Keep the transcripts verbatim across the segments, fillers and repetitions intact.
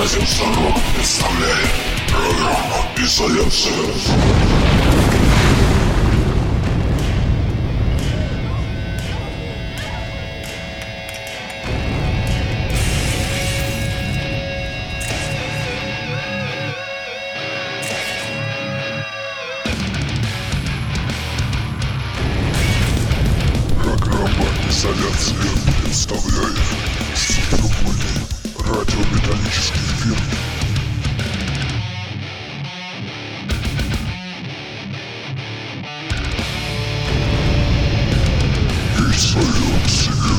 Радиошаров представляет программу «Изоляция». Программа «Изоляция» представляет симфоний радиометаллический фильм. Изоляция.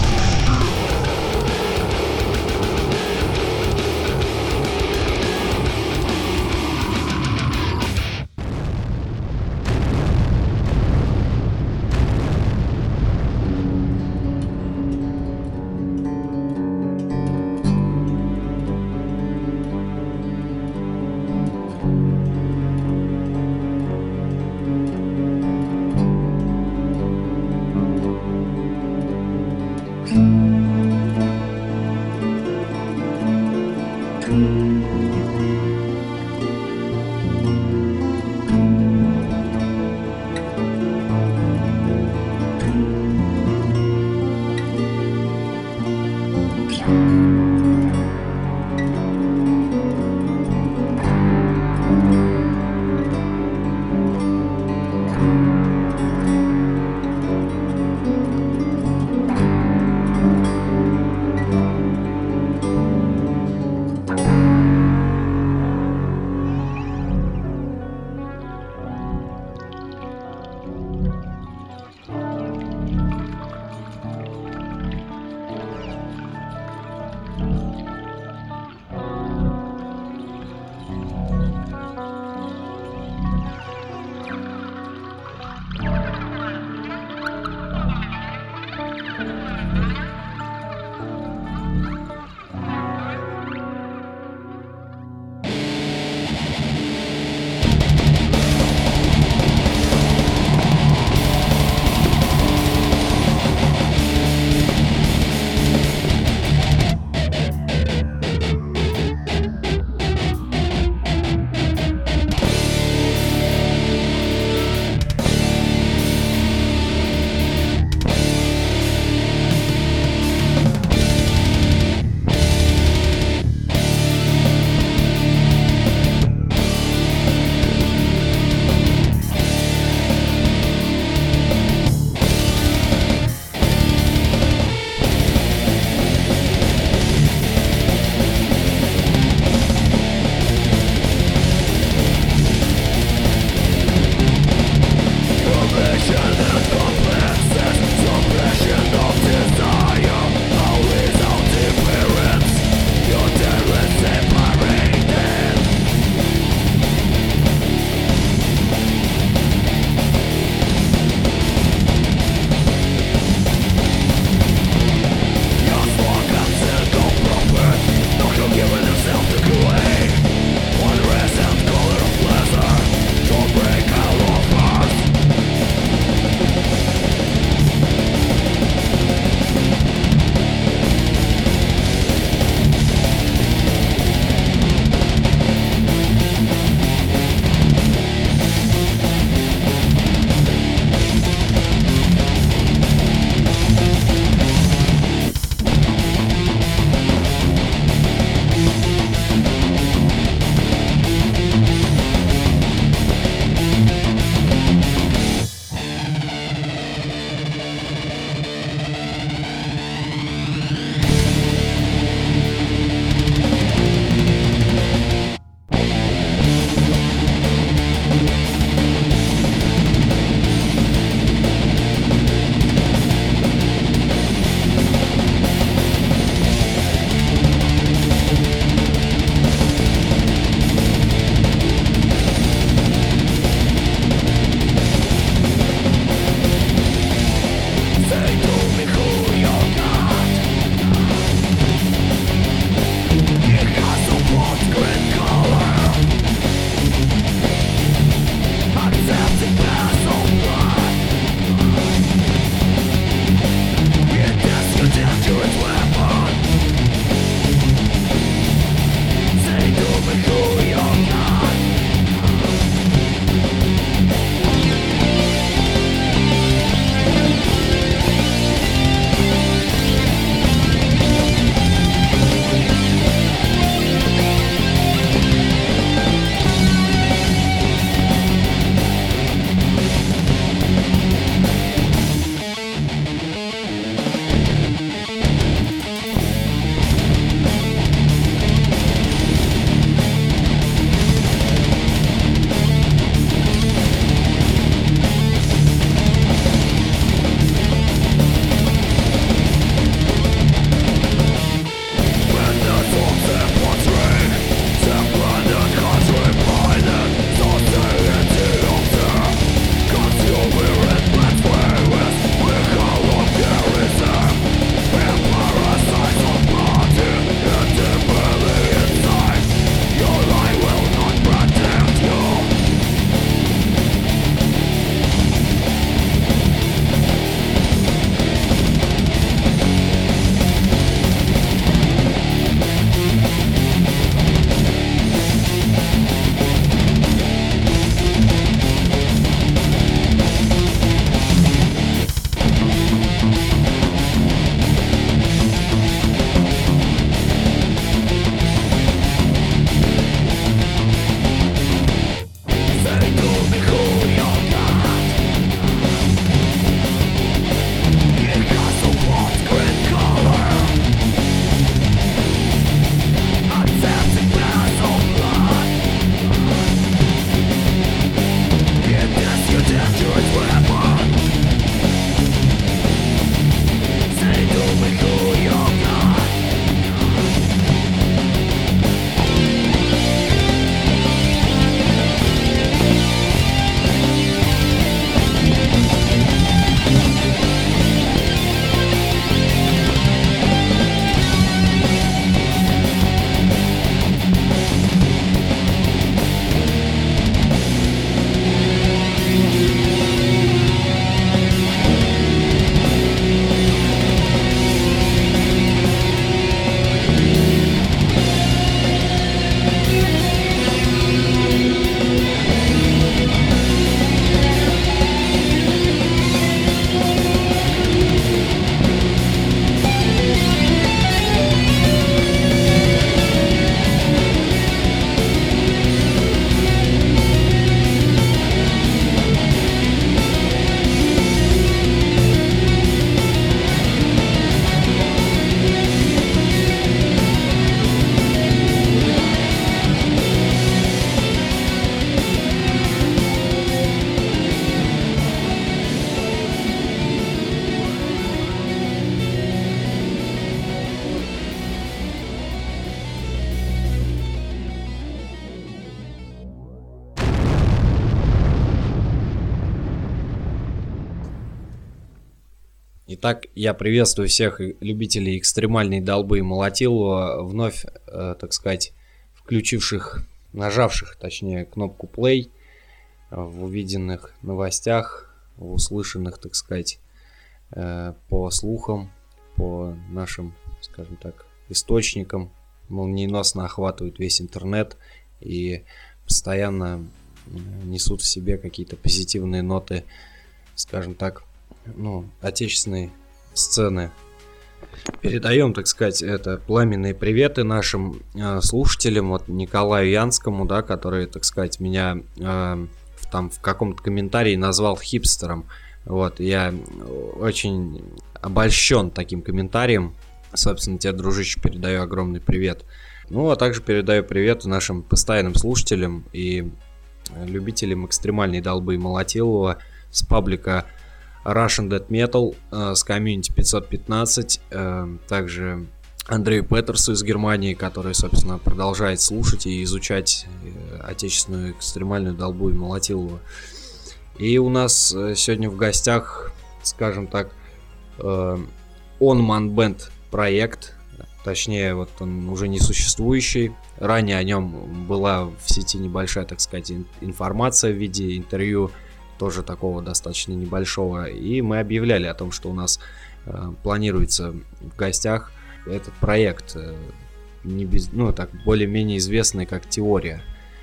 Итак, я приветствую всех любителей экстремальной долбы и молотилова, вновь, э, так сказать, включивших, нажавших, точнее, кнопку play в увиденных новостях, в услышанных, так сказать, э, по слухам, по нашим, скажем так, источникам, молниеносно охватывают весь интернет и постоянно несут в себе какие-то позитивные ноты, скажем так, ну, отечественной сцены. Передаем, так сказать, это пламенные приветы нашим э, слушателям, вот Николаю Янскому, да, который, так сказать, меня э, в, там в каком-то комментарии назвал хипстером. Вот, я очень обольщен таким комментарием. Собственно, тебе, дружище, передаю огромный привет. Ну, а также передаю привет нашим постоянным слушателям и любителям экстремальной долбы и молотилова с паблика Russian Death Metal, э, с комьюнити пятьсот пятнадцать, э, также Андрею Петерсу из Германии, который, собственно, продолжает слушать и изучать э, отечественную экстремальную долбу и молотилово. И у нас э, сегодня в гостях, скажем так, э, On Man Band проект, точнее, вот он уже не существующий. Ранее о нем была в сети небольшая, так сказать, информация в виде интервью, тоже такого достаточно небольшого, и мы объявляли о том, что у нас э, планируется в гостях этот проект, э, не без, ну, так, более-менее известный как Теория.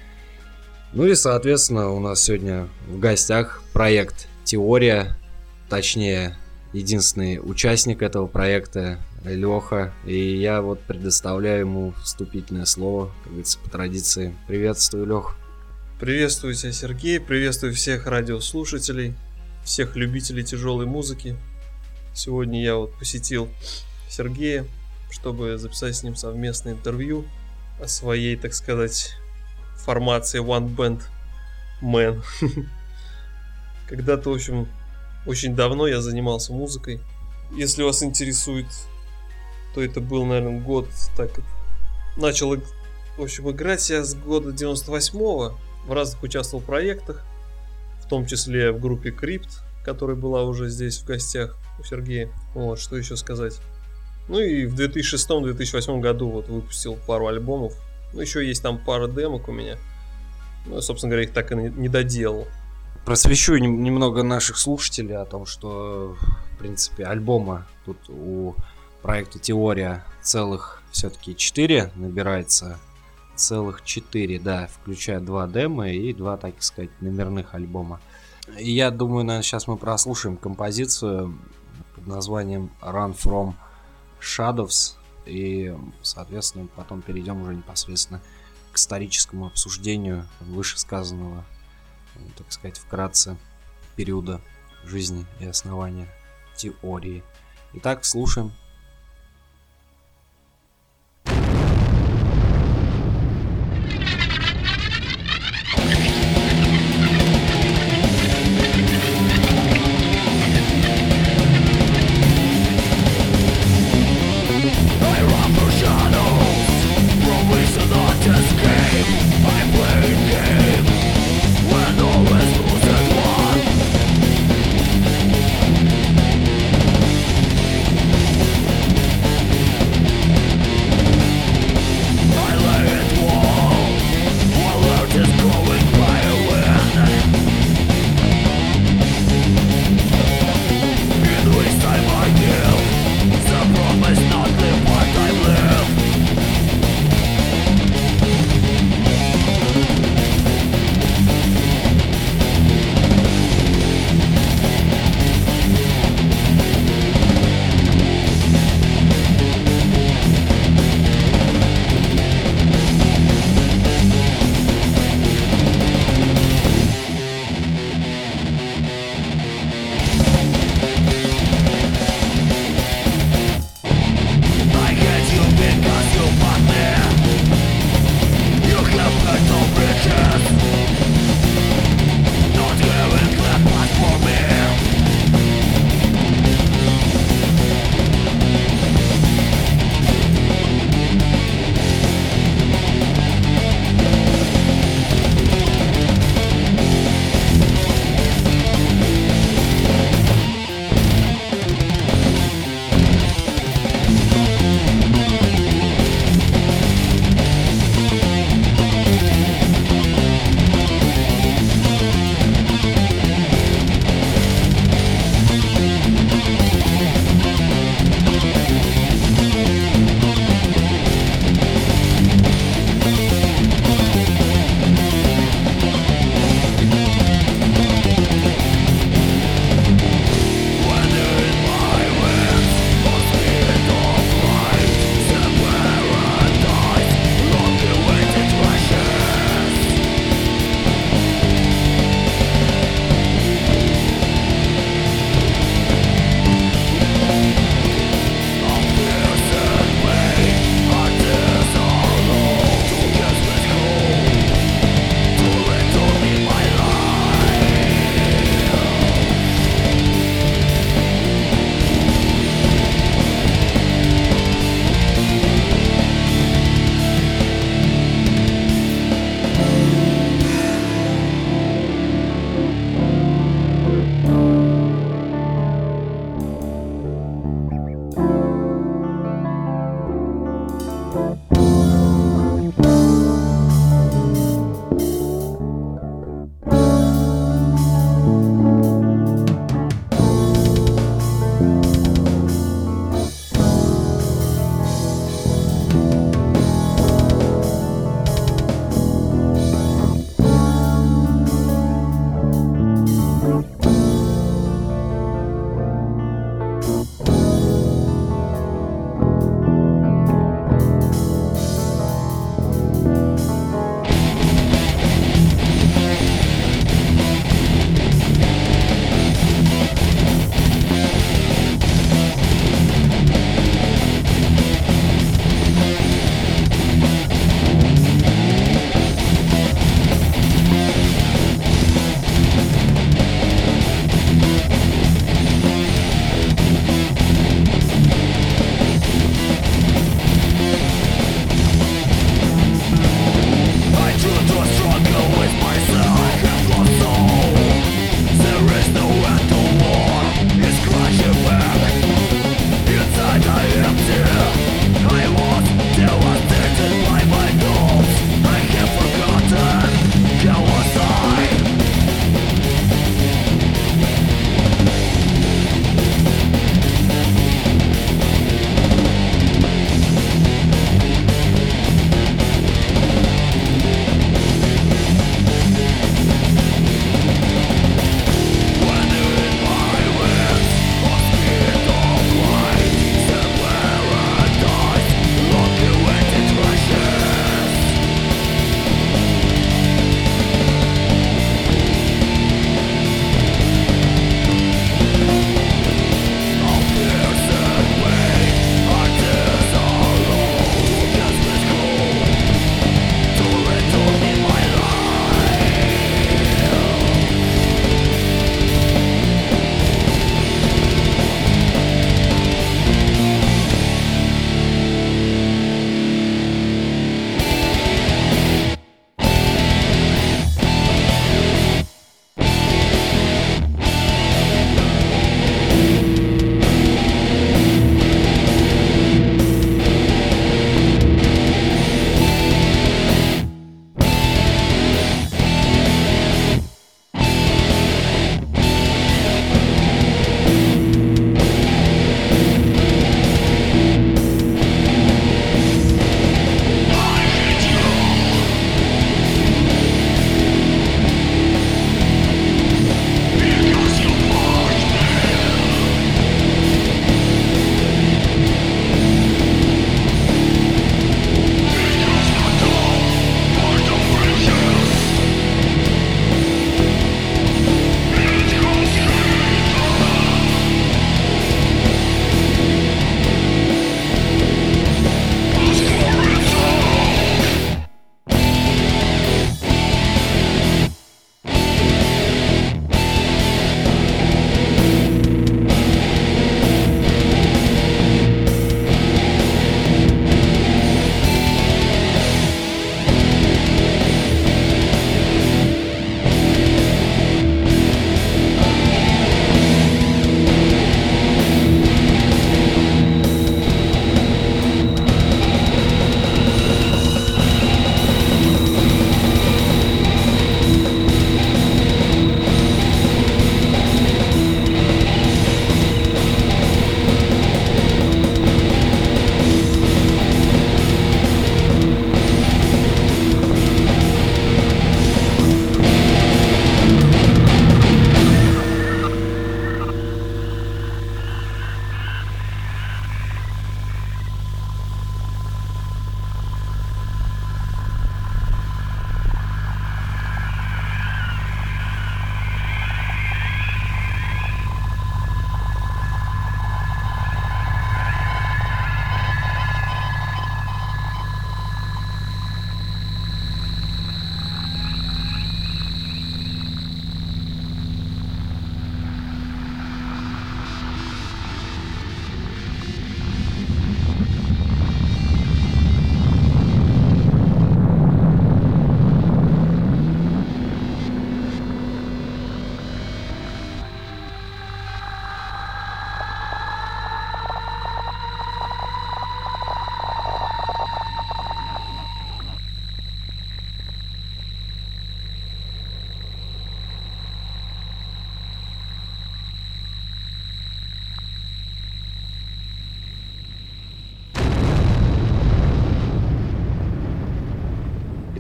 Ну и, соответственно, у нас сегодня в гостях проект Теория, точнее, единственный участник этого проекта Леха, и я вот предоставляю ему вступительное слово, как говорится, по традиции. Приветствую, Лех. Приветствую тебя, Сергей, приветствую всех радиослушателей, всех любителей тяжелой музыки. Сегодня я вот посетил Сергея, чтобы записать с ним совместное интервью о своей, так сказать, формации One Band Man. Когда-то, в общем, очень давно я занимался музыкой. Если вас интересует, то это был, наверное, год, так, начал, в общем, играть я с года девяносто восьмого. В разных участвовал проектах, в том числе в группе Crypt, которая была уже здесь в гостях у Сергея. Вот, что еще сказать. Ну и в две тысячи шестом - две тысячи восьмом году вот выпустил пару альбомов. Ну еще есть там пара демок у меня. Ну, собственно говоря, их так и не доделал. Просвещу немного наших слушателей о том, что, в принципе, альбома тут у проекта Теория целых все-таки четыре набирается. Целых четыре, да, включая два демо и два, так сказать, номерных альбома. И я думаю, наверное, сейчас мы прослушаем композицию под названием Run From Shadows. И, соответственно, потом перейдем уже непосредственно к историческому обсуждению вышесказанного, так сказать, вкратце периода жизни и основания Теории. Итак, слушаем. When all is losing one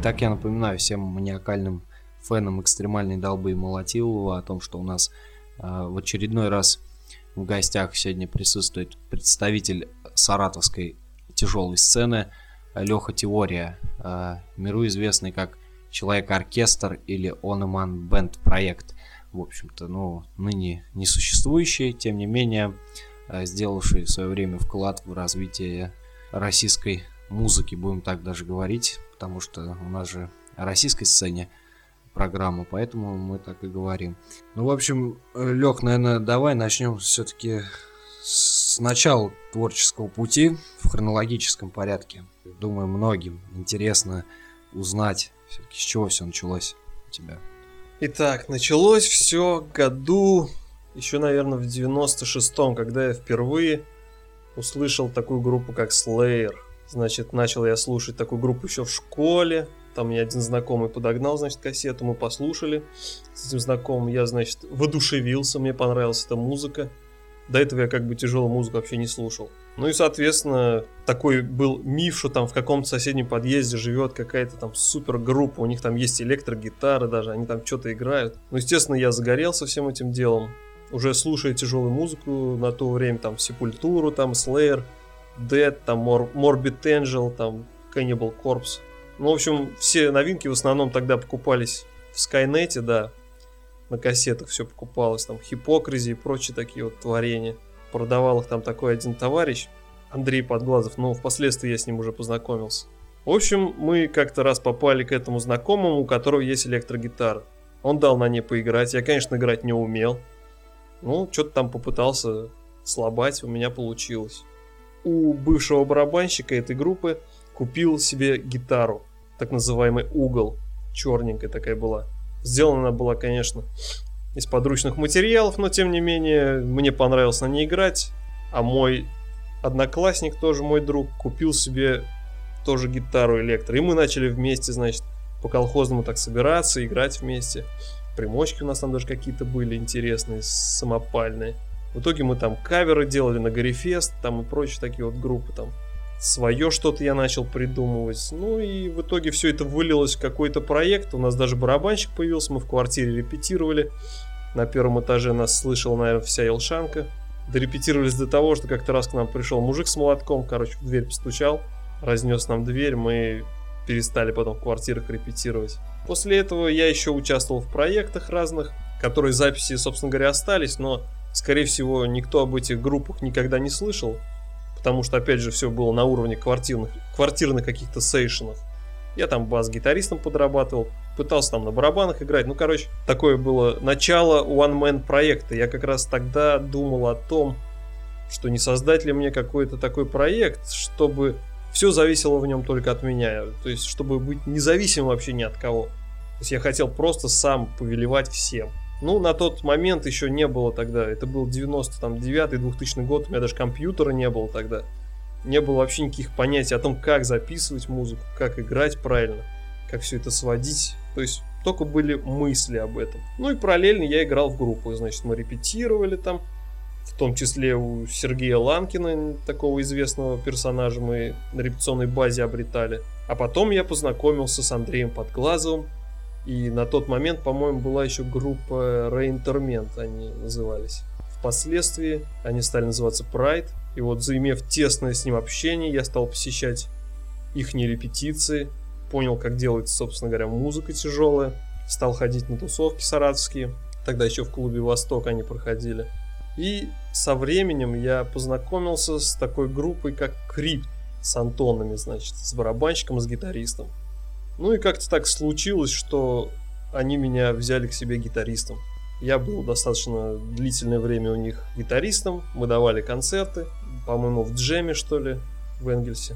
Итак, я напоминаю всем маниакальным фенам экстремальной долбы и молотилова о том, что у нас э, в очередной раз в гостях сегодня присутствует представитель саратовской тяжелой сцены Леха Теория, э, миру известный как Человек-оркестр или On-Man Band проект. В общем-то, ну, ныне несуществующий, тем не менее, э, сделавший в свое время вклад в развитие российской музыки, будем так даже говорить, потому что у нас же о российской сцене программа, поэтому мы так и говорим. Ну, в общем, Лех, наверное, давай начнем все-таки с начала творческого пути в хронологическом порядке. Думаю, многим интересно узнать, все-таки с чего все началось у тебя. Итак, началось все году, еще, наверное, в девяносто шестом, когда я впервые услышал такую группу, как Slayer. Значит, начал я слушать такую группу еще в школе. Там мне один знакомый подогнал, значит, кассету, мы послушали с этим знакомым. Я, значит, воодушевился, мне понравилась эта музыка. До этого я как бы тяжелую музыку вообще не слушал. Ну и, соответственно, такой был миф, что там в каком-то соседнем подъезде живет какая-то там супергруппа. У них там есть электрогитары даже, они там что-то играют. Ну, естественно, я загорелся всем этим делом. Уже слушая тяжелую музыку на то время, там, Sepultura, там, Slayer, Dead, там, Mor- Morbid Angel, там, Cannibal Corpse. Ну, в общем, все новинки в основном тогда покупались в Скайнете, да. На кассетах все покупалось, там, Hypocrisy и прочие такие вот творения. Продавал их там такой один товарищ, Андрей Подглазов, но впоследствии я с ним уже познакомился. В общем, мы как-то раз попали к этому знакомому, у которого есть электрогитара. Он дал на ней поиграть, я, конечно, играть не умел. Ну, что-то там попытался слабать, у меня получилось. У бывшего барабанщика этой группы купил себе гитару, так называемый угол, черненькая такая была. Сделана она была, конечно, из подручных материалов, но тем не менее мне понравилось на ней играть. А мой одноклассник, тоже мой друг, купил себе тоже гитару электро. И мы начали вместе, значит, по-колхозному так собираться, играть вместе. Примочки у нас там даже какие-то были интересные, самопальные. В итоге мы там каверы делали на Горефест, там и прочие такие вот группы там. Свое что-то я начал придумывать. Ну и в итоге все это вылилось в какой-то проект. У нас даже барабанщик появился, мы в квартире репетировали. На первом этаже нас слышала, наверное, вся Елшанка. Дорепетировались до того, что как-то раз к нам пришел мужик с молотком, короче, в дверь постучал, разнес нам дверь, мы перестали потом в квартирах репетировать. После этого я еще участвовал в проектах разных, которые записи, собственно говоря, остались, но, скорее всего, никто об этих группах никогда не слышал, потому что, опять же, все было на уровне квартирных, квартирных каких-то сейшенов. Я там бас-гитаристом подрабатывал, пытался там на барабанах играть. Ну, короче, такое было начало one-man проекта. Я как раз тогда думал о том, что не создать ли мне какой-то такой проект, чтобы все зависело в нем только от меня. То есть, чтобы быть независимым вообще ни от кого. То есть, я хотел просто сам повелевать всем. Ну, на тот момент еще не было тогда. Это был девяносто девятый двухтысячный год. У меня даже компьютера не было тогда. Не было вообще никаких понятий о том, как записывать музыку, как играть правильно, как все это сводить. То есть, только были мысли об этом. Ну и параллельно я играл в группу. Значит, мы репетировали там. В том числе у Сергея Ланкина, такого известного персонажа, мы на репетиционной базе обретали. А потом я познакомился с Андреем Подглазовым. И на тот момент, по-моему, была еще группа Reinterment, они назывались. Впоследствии они стали называться Pride. И вот, заимев тесное с ним общение, я стал посещать ихние репетиции. Понял, как делается, собственно говоря, музыка тяжелая. Стал ходить на тусовки саратовские. Тогда еще в клубе «Восток» они проходили. И со временем я познакомился с такой группой, как Крипт, с Антонами, значит, с барабанщиком и с гитаристом. Ну и как-то так случилось, что они меня взяли к себе гитаристом. Я был достаточно длительное время у них гитаристом, мы давали концерты, по-моему, в Джеме, что ли, в Энгельсе.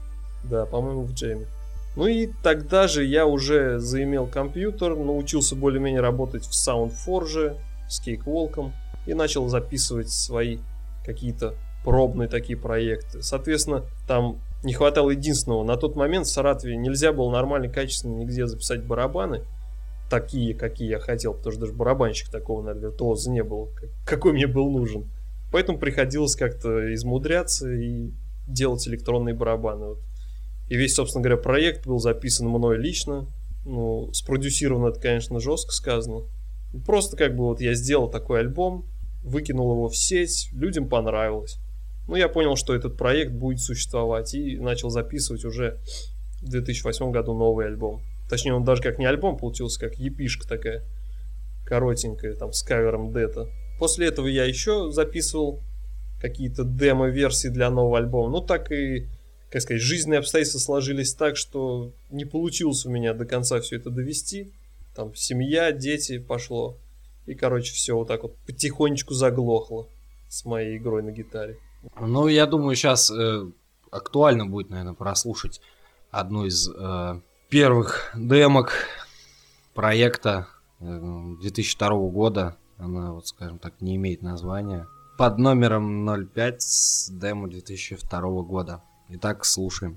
Да, по-моему, в Джеме. Ну и тогда же я уже заимел компьютер, научился более-менее работать в SoundForge, с Cakewalk'ом. И начал записывать свои какие-то пробные такие проекты. Соответственно, там не хватало единственного. На тот момент в Саратове нельзя было нормально, качественно нигде записать барабаны. Такие, какие я хотел. Потому что даже барабанщик такого, наверное, виртуоза не было. Какой мне был нужен. Поэтому приходилось как-то измудряться и делать электронные барабаны. Вот. И весь, собственно говоря, проект был записан мной лично. Ну, спродюсировано это, конечно, жестко сказано. Просто как бы вот я сделал такой альбом, выкинул его в сеть, людям понравилось. Ну, я понял, что этот проект будет существовать, и начал записывать уже в две тысячи восьмом году новый альбом. Точнее, он даже как не альбом получился, как епишка такая, коротенькая, там, с кавером Дэта. После этого я еще записывал какие-то демо-версии для нового альбома. Ну, так и, как сказать, жизненные обстоятельства сложились так, что не получилось у меня до конца все это довести. Там семья, дети пошло. И, короче, все вот так вот потихонечку заглохло с моей игрой на гитаре. Ну, я думаю, сейчас э, актуально будет, наверное, прослушать одну из э, первых демок проекта э, две тысячи второго года. Она, вот, скажем так, не имеет названия. Под номером ноль пять с демо две тысячи второго года. Итак, слушаем.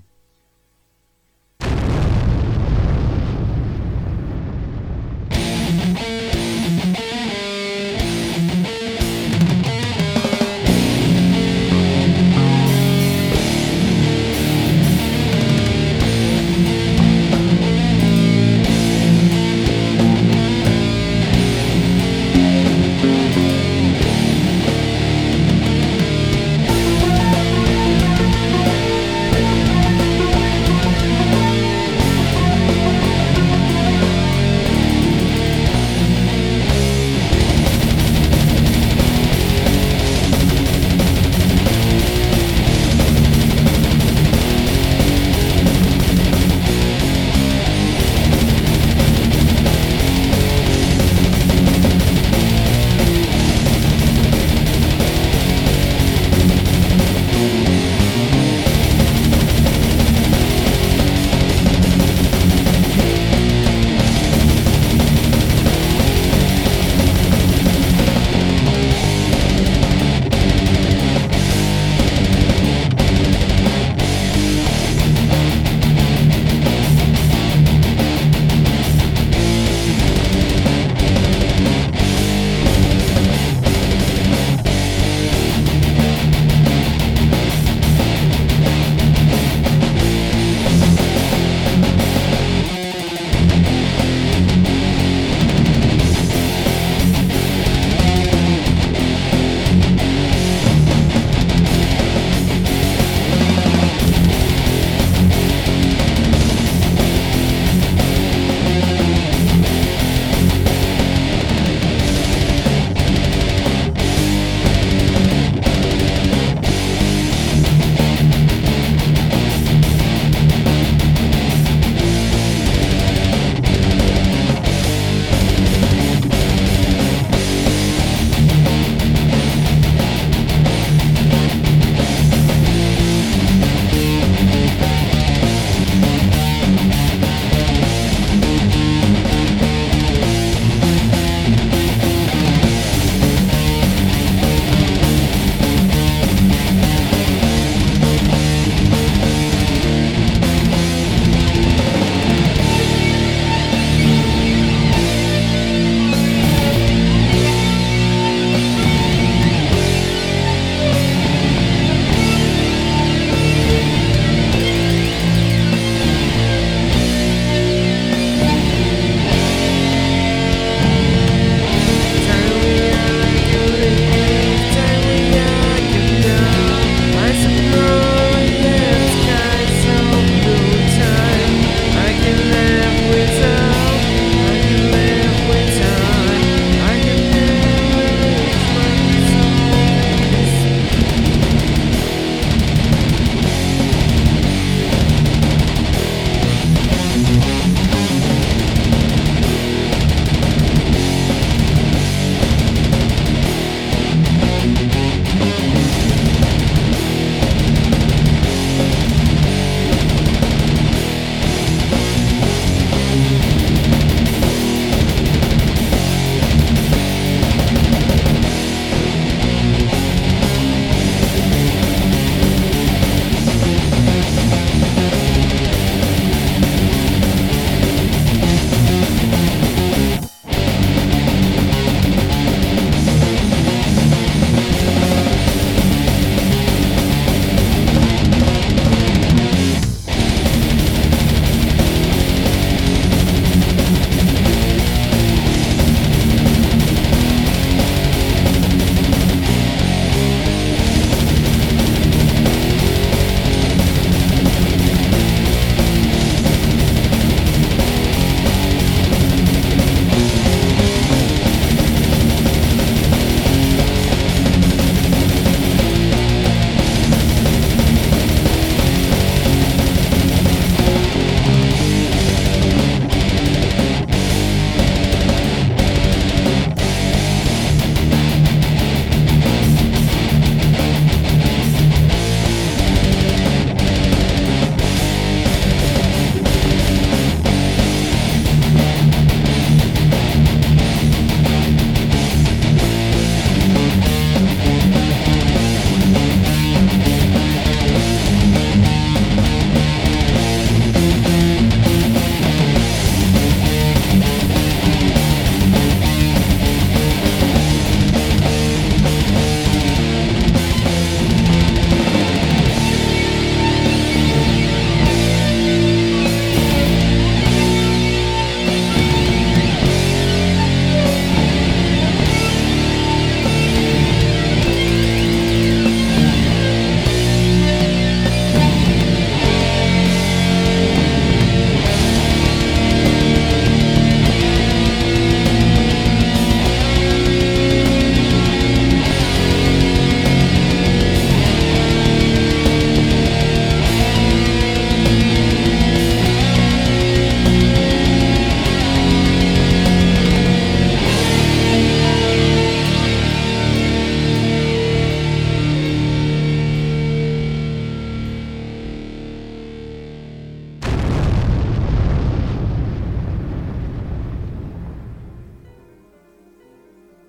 We'll be right back.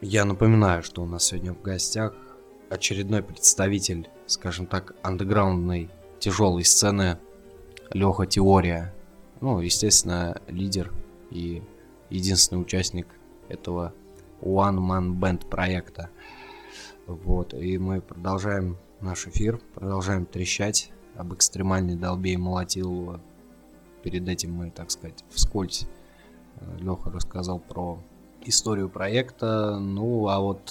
Я напоминаю, что у нас сегодня в гостях очередной представитель, скажем так, андеграундной тяжелой сцены Леха Теория. Ну, естественно, лидер и единственный участник этого One Man Band проекта. Вот, и мы продолжаем наш эфир, продолжаем трещать об экстремальной долбе и молотилово. Перед этим мы, так сказать, вскользь Леха рассказал про историю проекта. Ну, а вот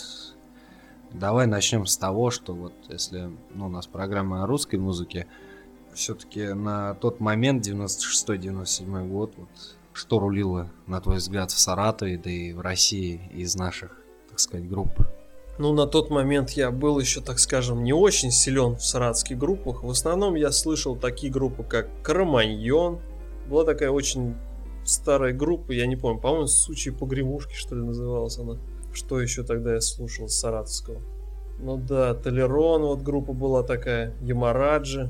давай начнем с того, что вот если ну, у нас программа о русской музыке, все-таки на тот момент, девяносто шестой девяносто седьмой год, вот, что рулило, на твой взгляд, в Саратове, да и в России из наших, так сказать, групп? Ну, на тот момент я был еще, так скажем, не очень силен в саратовских группах. В основном я слышал такие группы, как Кроманьон. Была такая очень старая группа, я не помню, по-моему, «Сучьи погремушки», что ли, называлась она. Что еще тогда я слушал с саратовского? Ну да, Толерон, вот группа была такая, Ямараджи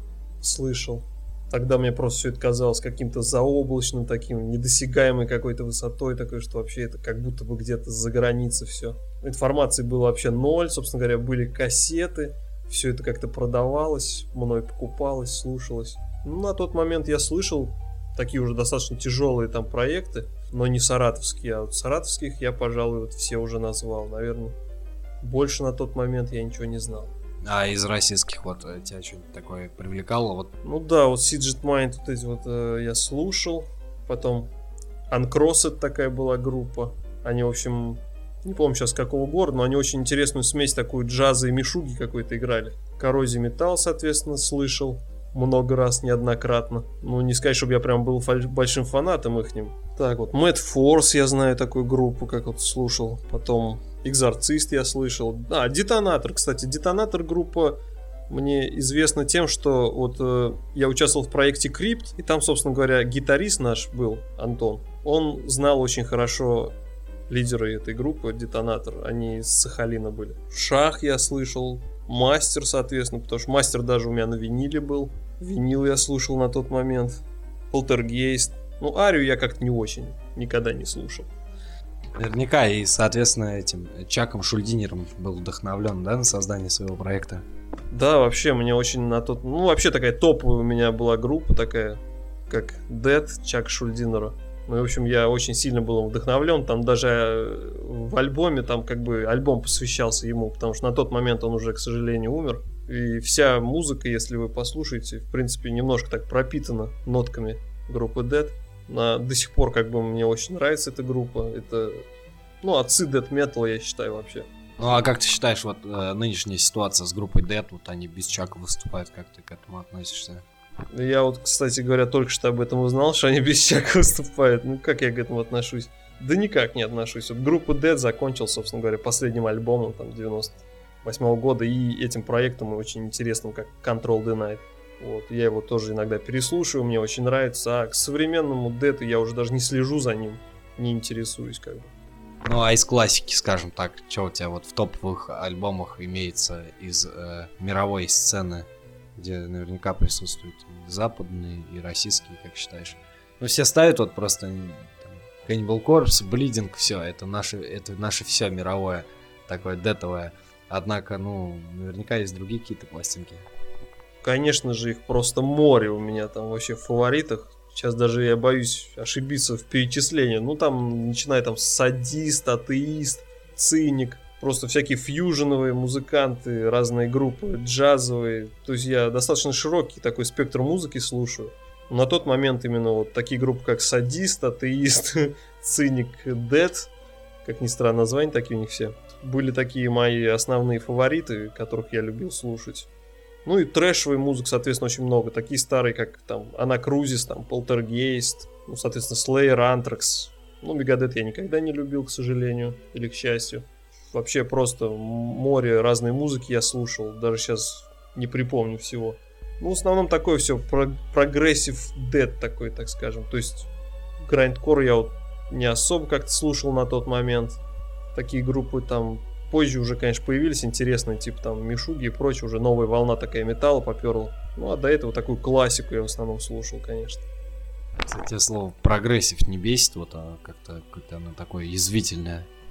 слышал. Тогда мне просто все это казалось каким-то заоблачным, таким недосягаемой какой-то высотой, такой, что вообще это как будто бы где-то за границей все. Информации было вообще ноль, собственно говоря, были кассеты, все это как-то продавалось, мной покупалось, слушалось. Ну, на тот момент я слышал такие уже достаточно тяжелые там проекты, но не саратовские, а вот саратовских я, пожалуй, вот все уже назвал, наверное. Больше на тот момент я ничего не знал. А из российских вот тебя что-нибудь такое привлекало? Вот? Ну да, вот Сиджет Майнд вот эти вот э, я слушал. Потом Uncrossed такая была группа. Они, в общем, не помню сейчас какого города, но они очень интересную смесь такую джаза и мишуги какой-то играли. Коррозия Металл, соответственно, слышал много раз, неоднократно. Ну, не сказать, чтобы я прям был фаль- большим фанатом ихним. Так вот, Mad Force я знаю такую группу, как вот слушал. Потом Экзорцист я слышал. А, Детонатор, кстати. Детонатор группа мне известна тем, что вот э, я участвовал в проекте Крипт, и там, собственно говоря, гитарист наш был, Антон. Он знал очень хорошо лидеры этой группы, Детонатор. Они из Сахалина были. Шах я слышал. Мастер, соответственно, потому что Мастер даже у меня на виниле был. Винил я слушал на тот момент. Полтергейст. Ну, Арию я как-то не очень, никогда не слушал. Наверняка и, соответственно, этим Чаком Шульдинером был вдохновлен, да, на создание своего проекта. Да, вообще, мне очень на тот... Ну, вообще такая топовая у меня была группа такая, как Dead, Чак Шульдинера. Ну, в общем, я очень сильно был вдохновлен. Там даже в альбоме, там как бы альбом посвящался ему, потому что на тот момент он уже, к сожалению, умер. И вся музыка, если вы послушаете, в принципе, немножко так пропитана нотками группы Dead. На, до сих пор как бы мне очень нравится эта группа. Это, ну, отцы Death Metal, я считаю, вообще. Ну, а как ты считаешь, вот э, нынешняя ситуация с группой Dead, вот они без Чака выступают, как ты к этому относишься? Я вот, кстати говоря, только что об этом узнал, что они без Чака выступают. Ну, как я к этому отношусь? Да никак не отношусь. Вот группа Dead закончил, собственно говоря, последним альбомом там девяносто восьмого года и этим проектом очень интересным, как Control Denied. Вот, я его тоже иногда переслушиваю, мне очень нравится. А к современному Дэду я уже даже не слежу за ним, не интересуюсь как бы. Ну, а из классики, скажем так, что у тебя вот в топовых альбомах имеется из э, мировой сцены, где наверняка присутствуют и западные, и российские, как считаешь? Ну, все ставят вот просто там, Cannibal Corpse, Bleeding, все, это наше, это наше все мировое, такое дэтовое. Однако, ну, наверняка есть другие какие-то пластинки. Конечно же, их просто море у меня там вообще в фаворитах. Сейчас даже я боюсь ошибиться в перечислении. Ну, там, начиная там с Садист, Атеист, Циник. Просто всякие фьюженовые музыканты, разные группы, джазовые. То есть я достаточно широкий такой спектр музыки слушаю. На тот момент именно вот такие группы, как Садист, Атеист, Циник, Дэд, как ни странно, названия такие у них все, были такие мои основные фавориты, которых я любил слушать. Ну и трэшевой музыки, соответственно, очень много. Такие старые, как там Анакрузис, там Полтергейст, ну, соответственно, Slayer, Anthrax. Ну, Мегадет я никогда не любил, к сожалению, или к счастью. Вообще просто море разной музыки я слушал, даже сейчас не припомню всего. Ну, в основном такое все, прогрессив дэт такой, так скажем. То есть грайндкор я вот не особо как-то слушал на тот момент. Такие группы там позже уже, конечно, появились интересные, типа там Мишуги и прочее, уже новая волна такая металла поперла. Ну, а до этого такую классику я в основном слушал, конечно. Кстати, слово прогрессив не бесит, вот, а как-то, как-то оно такое язвительное.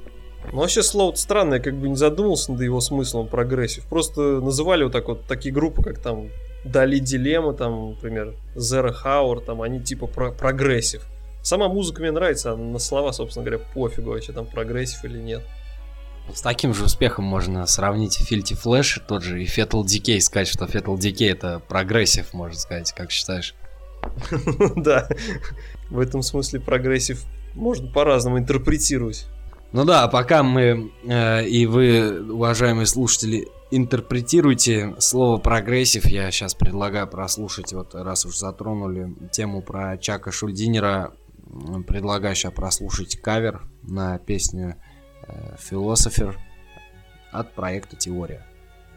Ну, вообще слово странное, как бы не задумался над его смыслом, прогрессив. Просто называли вот так вот такие группы, как там Дали Дилемма, там, например, Zero Hour, там, они типа про- прогрессив. Сама музыка мне нравится, а на слова, собственно говоря, пофигу вообще, там прогрессив или нет. С таким же успехом можно сравнить Filthy Flash, тот же, и Fatal Decay, сказать, что Fatal Decay это прогрессив, можно сказать, как считаешь? Да, в этом смысле прогрессив можно по-разному интерпретировать. Ну да, пока мы э, и вы, уважаемые слушатели, интерпретируете слово прогрессив, я сейчас предлагаю прослушать, вот раз уж затронули тему про Чака Шульдинера, предлагаю сейчас прослушать кавер на песню э, Philosopher от проекта Теория.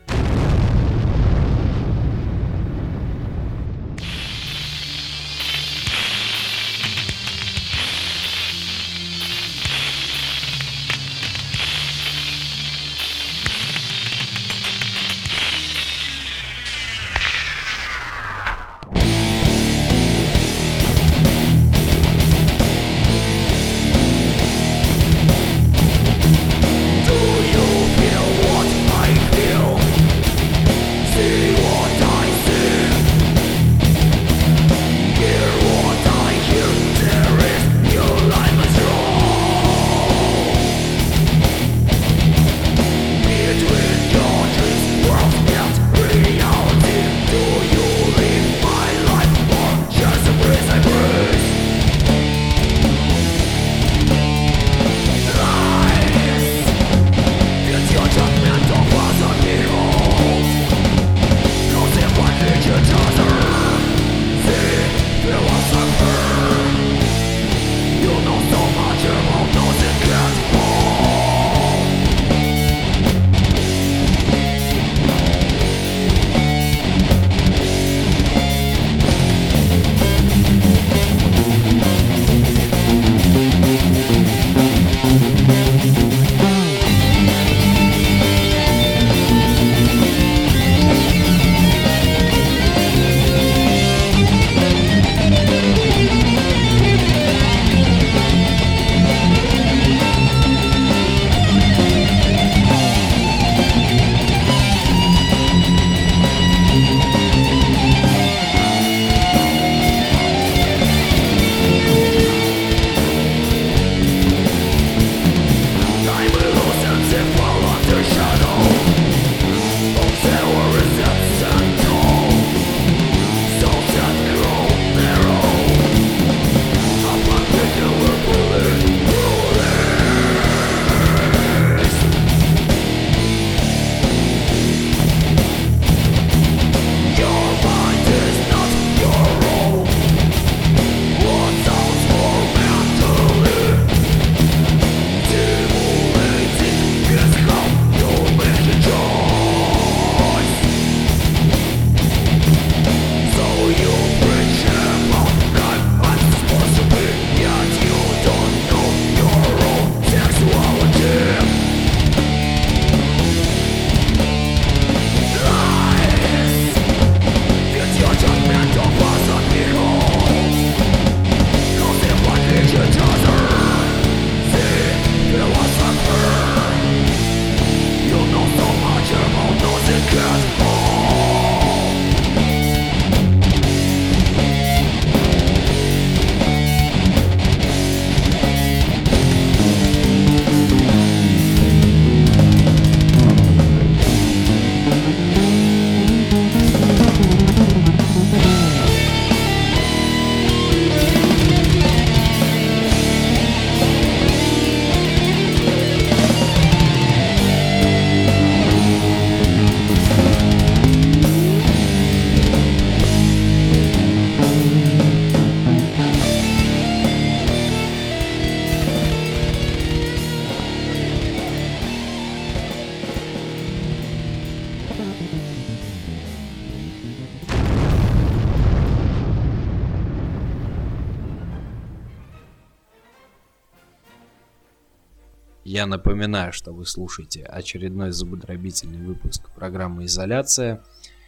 Я напоминаю, что вы слушаете очередной зубодробительный выпуск программы «Изоляция».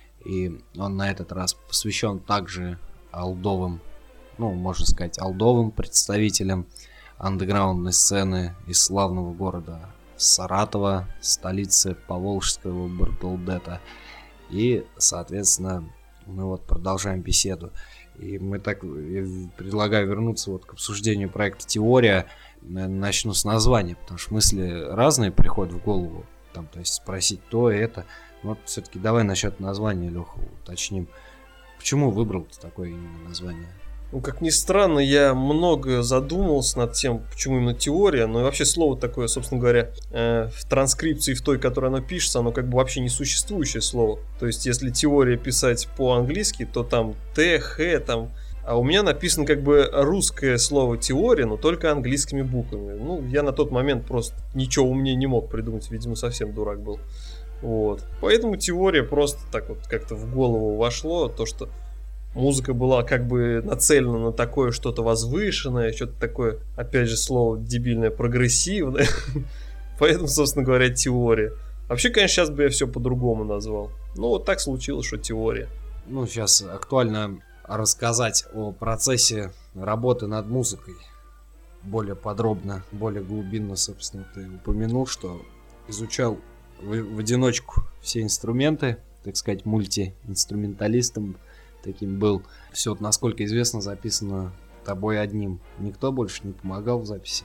И он на этот раз посвящен также олдовым, ну, можно сказать, олдовым представителям андеграундной сцены из славного города с Саратова, столицы Поволжского Бартлдета. И, соответственно, мы вот продолжаем беседу. И мы так, я предлагаю вернуться вот к обсуждению проекта «Теория». Наверное, начну с названия, потому что мысли разные приходят в голову. Там, то есть спросить то и это. Вот все-таки давай насчет названия, Леха, уточним. Почему выбрал ты такое именно название? Ну, как ни странно, я много задумывался над тем, почему именно теория, но и вообще слово такое, собственно говоря, э, в транскрипции, в той, которой оно пишется, оно как бы вообще несуществующее слово. То есть, если теория писать по-английски, то там Т, Х, там... А у меня написано как бы русское слово теория, но только английскими буквами. Ну, я на тот момент просто ничего умнее не мог придумать, видимо, совсем дурак был. Вот. Поэтому теория просто так вот как-то в голову вошло, то, что музыка была как бы нацелена на такое что-то возвышенное, что-то такое, опять же, слово дебильное, прогрессивное. Поэтому, собственно говоря, теория. Вообще, конечно, сейчас бы я все по-другому назвал. Но вот так случилось, что теория. Ну, сейчас актуально рассказать о процессе работы над музыкой. Более подробно, более глубинно, собственно, ты упомянул, что изучал в, в одиночку все инструменты, так сказать, мультиинструменталистом таким был. Все, насколько известно, записано тобой одним. Никто больше не помогал в записи?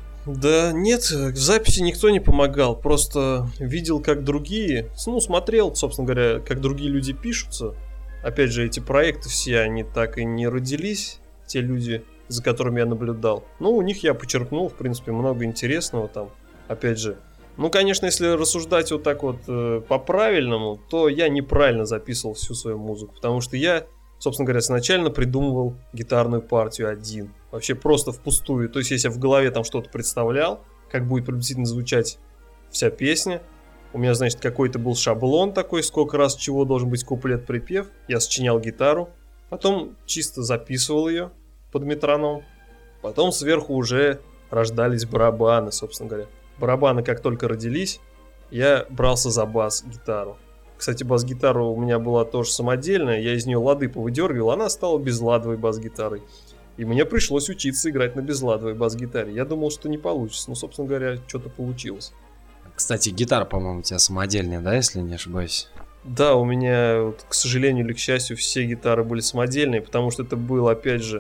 Да нет, в записи никто не помогал. Просто видел, как другие, ну, смотрел, собственно говоря, как другие люди пишутся. Опять же, эти проекты все, они так и не родились, те люди, за которыми я наблюдал. Ну, у них я почерпнул, в принципе, много интересного там. Опять же, ну, конечно, если рассуждать вот так вот э, по-правильному, то я неправильно записывал всю свою музыку. Потому что я, собственно говоря, изначально придумывал гитарную партию один. Вообще просто впустую. То есть, если я в голове там что-то представлял, как будет приблизительно звучать вся песня. У меня, значит, какой-то был шаблон такой, сколько раз чего должен быть куплет-припев. Я сочинял гитару, потом чисто записывал ее под метроном. Потом сверху уже рождались барабаны, собственно говоря. Барабаны как только родились, я брался за бас-гитару. Кстати, бас-гитара у меня была тоже самодельная, я из нее лады повыдергивал, она стала безладовой бас-гитарой. И мне пришлось учиться играть на безладовой бас-гитаре. Я думал, что не получится, но, собственно говоря, что-то получилось. Кстати, гитара, по-моему, у тебя самодельная, да, если не ошибаюсь? Да, у меня, вот, к сожалению или к счастью, все гитары были самодельные, потому что это было, опять же,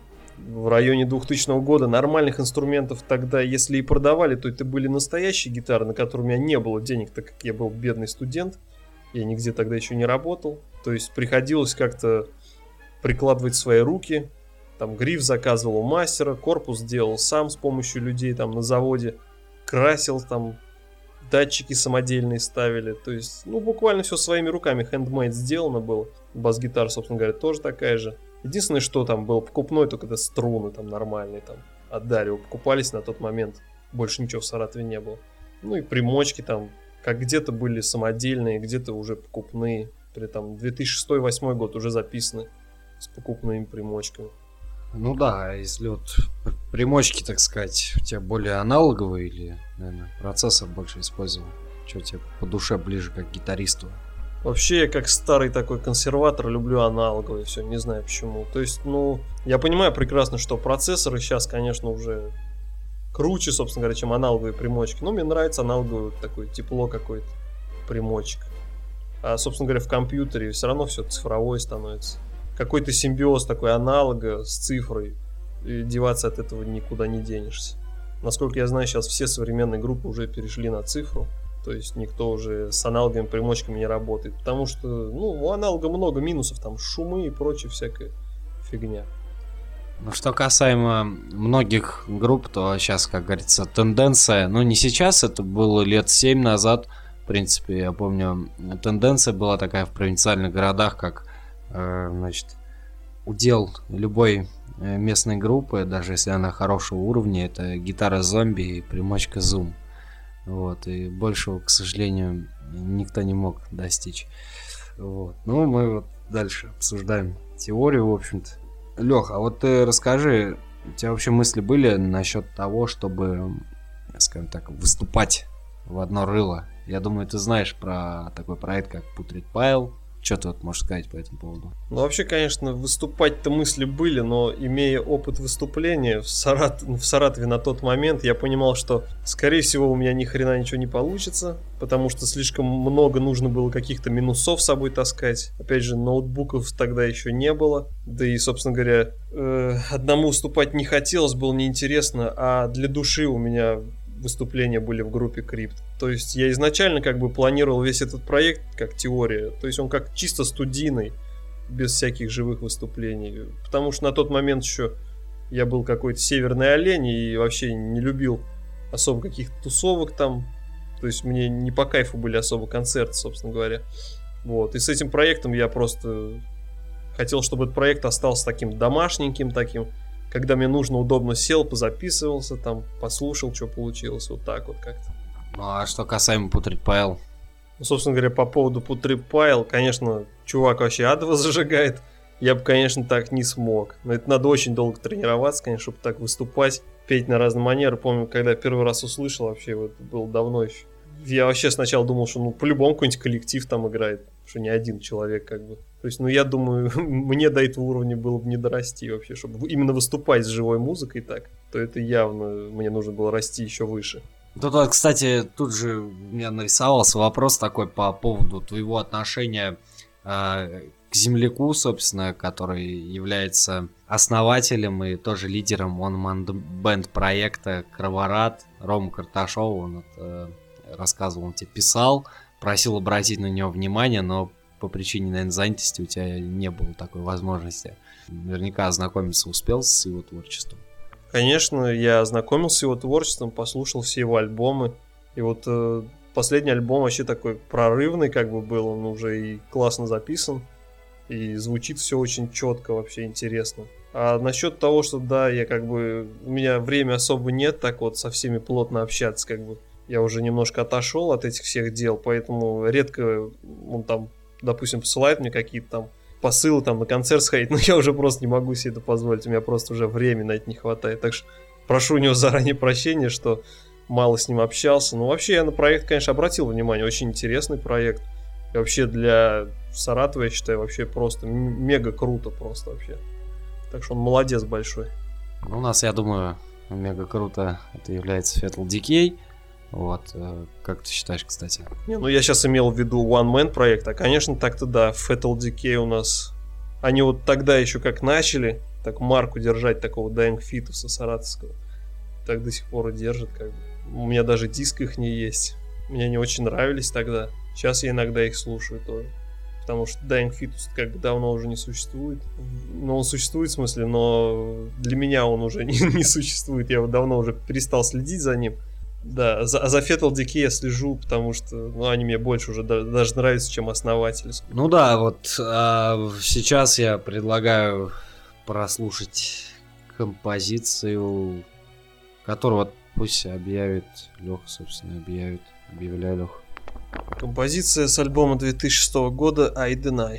в районе двухтысячного года. Нормальных инструментов тогда, если и продавали, то это были настоящие гитары, на которые у меня не было денег, так как я был бедный студент. Я нигде тогда еще не работал. То есть приходилось как-то прикладывать свои руки. Там гриф заказывал у мастера, корпус делал сам с помощью людей там на заводе. Красил там, датчики самодельные ставили. То есть, ну, буквально все своими руками, handmade сделано было. Бас-гитара, собственно говоря, тоже такая же. Единственное, что там было покупной, только это струны там нормальные, там от Дарио покупались на тот момент. Больше ничего в Саратове не было. Ну и примочки там, как где-то были самодельные, где-то уже покупные. При там две тысячи шестой — две тысячи восьмой год уже записаны с покупными примочками. Ну да, если вот примочки, так сказать, у тебя более аналоговые или, наверное, процессор больше использовал? Что тебе по душе ближе как гитаристу? Вообще, я как старый такой консерватор люблю аналоговые, все, не знаю почему. То есть, ну, я понимаю прекрасно, что процессоры сейчас, конечно, уже круче, собственно говоря, чем аналоговые примочки. Но мне нравится аналоговый такой тепло какой-то примочек. А, собственно говоря, в компьютере все равно все цифровое становится. Какой-то симбиоз такой аналога с цифрой. И деваться от этого никуда не денешься. Насколько я знаю, сейчас все современные группы уже перешли на цифру. То есть никто уже с аналоговыми примочками не работает. Потому что, ну, у аналога много минусов. Там шумы и прочая всякая фигня. Ну, что касаемо многих групп, то сейчас, как говорится, тенденция, ну, не сейчас, это было лет семь назад, в принципе, я помню, тенденция была такая в провинциальных городах, как, э, значит, удел любой местной группы, даже если она хорошего уровня, это гитара зомби и примочка зум. Вот, и большего, к сожалению, никто не мог достичь. Вот. Ну, мы вот дальше обсуждаем теорию, в общем-то. Лех, а вот ты расскажи, у тебя вообще мысли были насчет того, чтобы, скажем так, выступать в одно рыло? Я думаю, ты знаешь про такой проект, как Putrid Pile. Что ты вот можешь сказать по этому поводу? Ну, вообще, конечно, выступать-то мысли были, но имея опыт выступления в, Сарат... в Саратове на тот момент, я понимал, что, скорее всего, у меня ни хрена ничего не получится, потому что слишком много нужно было каких-то минусов с собой таскать. Опять же, ноутбуков тогда еще не было, да и, собственно говоря, э, одному выступать не хотелось, было неинтересно, а для души у меня выступления были в группе Крипт. То есть я изначально как бы планировал весь этот проект как теория, то есть он как чисто студийный, без всяких живых выступлений. Потому что на тот момент еще я был какой-то северный олень и вообще не любил особо каких-то тусовок там. То есть мне не по кайфу были особо концерты, собственно говоря. Вот. И с этим проектом я просто хотел, чтобы этот проект остался таким домашненьким, таким. Когда мне нужно, удобно сел, позаписывался, там, послушал, что получилось, вот так вот как-то. Ну, а что касаемо Putrefile? Ну, собственно говоря, по поводу Putrefile, конечно, чувак вообще адово зажигает. Я бы, конечно, так не смог. Но это надо очень долго тренироваться, конечно, чтобы так выступать, петь на разные манеры. Помню, когда я первый раз услышал, вообще, вот, было давно еще. Я вообще сначала думал, что, ну, по-любому какой-нибудь коллектив там играет, что не один человек, как бы. То есть, ну, я думаю, мне до этого уровня было бы не дорасти вообще, чтобы именно выступать с живой музыкой так, то это явно мне нужно было расти еще выше. Тут, кстати, тут же у меня нарисовался вопрос такой по поводу твоего отношения э, к земляку, собственно, который является основателем и тоже лидером One Man Band проекта Кроварат, Рома Карташов, он это рассказывал, он тебе писал, просил обратить на него внимание, но по причине, наверное, занятости у тебя не было такой возможности. Наверняка ознакомиться успел с его творчеством. Конечно, я ознакомился с его творчеством, послушал все его альбомы. И вот э, последний альбом вообще такой прорывный как бы был, он уже и классно записан, и звучит все очень четко, вообще интересно. А насчет того, что да, я как бы, у меня времени особо нет так вот со всеми плотно общаться, как бы. Я уже немножко отошел от этих всех дел, поэтому редко он там, допустим, посылает мне какие-то там посылы там на концерт сходить, но я уже просто не могу себе это позволить, у меня просто уже времени на это не хватает, так что прошу у него заранее прощения, что мало с ним общался, но вообще я на проект, конечно, обратил внимание, очень интересный проект, и вообще для Саратова, я считаю, вообще просто мега круто просто вообще, так что он молодец большой. Ну, у нас, я думаю, мега круто это является Fatal Decay. Вот, как ты считаешь, кстати? Не, ну я сейчас имел в виду One Man проект, а конечно так-то да, Fatal Decay у нас, они вот тогда еще как начали, так марку держать такого Dying Fetus'а саратовского, так до сих пор и держат как бы. У меня даже диск их не есть, мне они очень нравились тогда, сейчас я иногда их слушаю тоже, потому что Dying Fetus как бы давно уже не существует, ну он существует в смысле, но для меня он уже не, не существует, я вот давно уже перестал следить за ним. Да, за, за Fatal Decay я слежу, потому что ну, они мне больше уже да, даже нравятся, чем основатели. Ну да, вот а, сейчас я предлагаю прослушать композицию, которую вот пусть объявит Леха, собственно, объявит, объявляю Леха. Композиция с альбома две тысячи шестого года I Deny.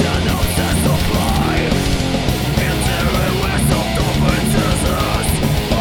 Into a west of the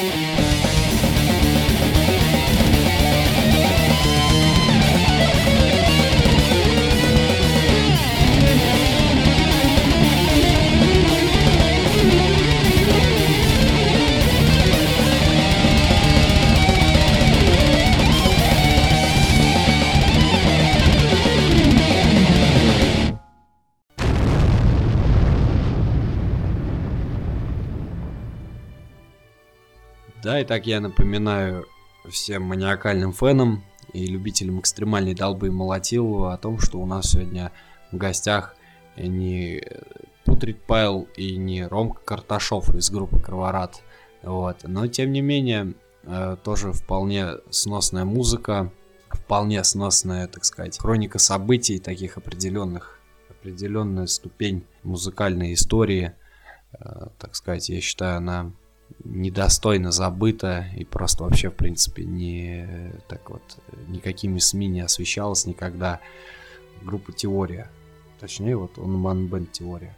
Да, и так я напоминаю всем маниакальным фенам и любителям экстремальной долбы и молотилова о том, что у нас сегодня в гостях не Путрид Пайл и не Ромка Карташов из группы Кроворат. Вот. Но, тем не менее, тоже вполне сносная музыка, вполне сносная, так сказать, хроника событий таких определенных, определенная ступень музыкальной истории, так сказать, я считаю, она недостойно забыта и просто вообще, в принципе, не так вот никакими СМИ не освещалась никогда. Группа Теория. Точнее, вот он Манбенд Теория.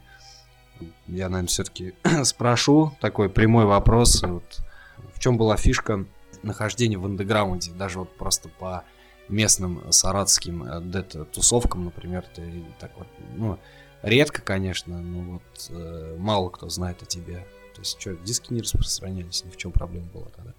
Я, наверное, все-таки спрошу такой прямой вопрос. Вот, в чем была фишка нахождения в андеграунде? Даже вот просто по местным саратовским дэт-тусовкам, например, ты так вот, ну, редко, конечно, но вот э, мало кто знает о тебе. То есть, что, диски не распространялись? Или в чем проблема была тогда?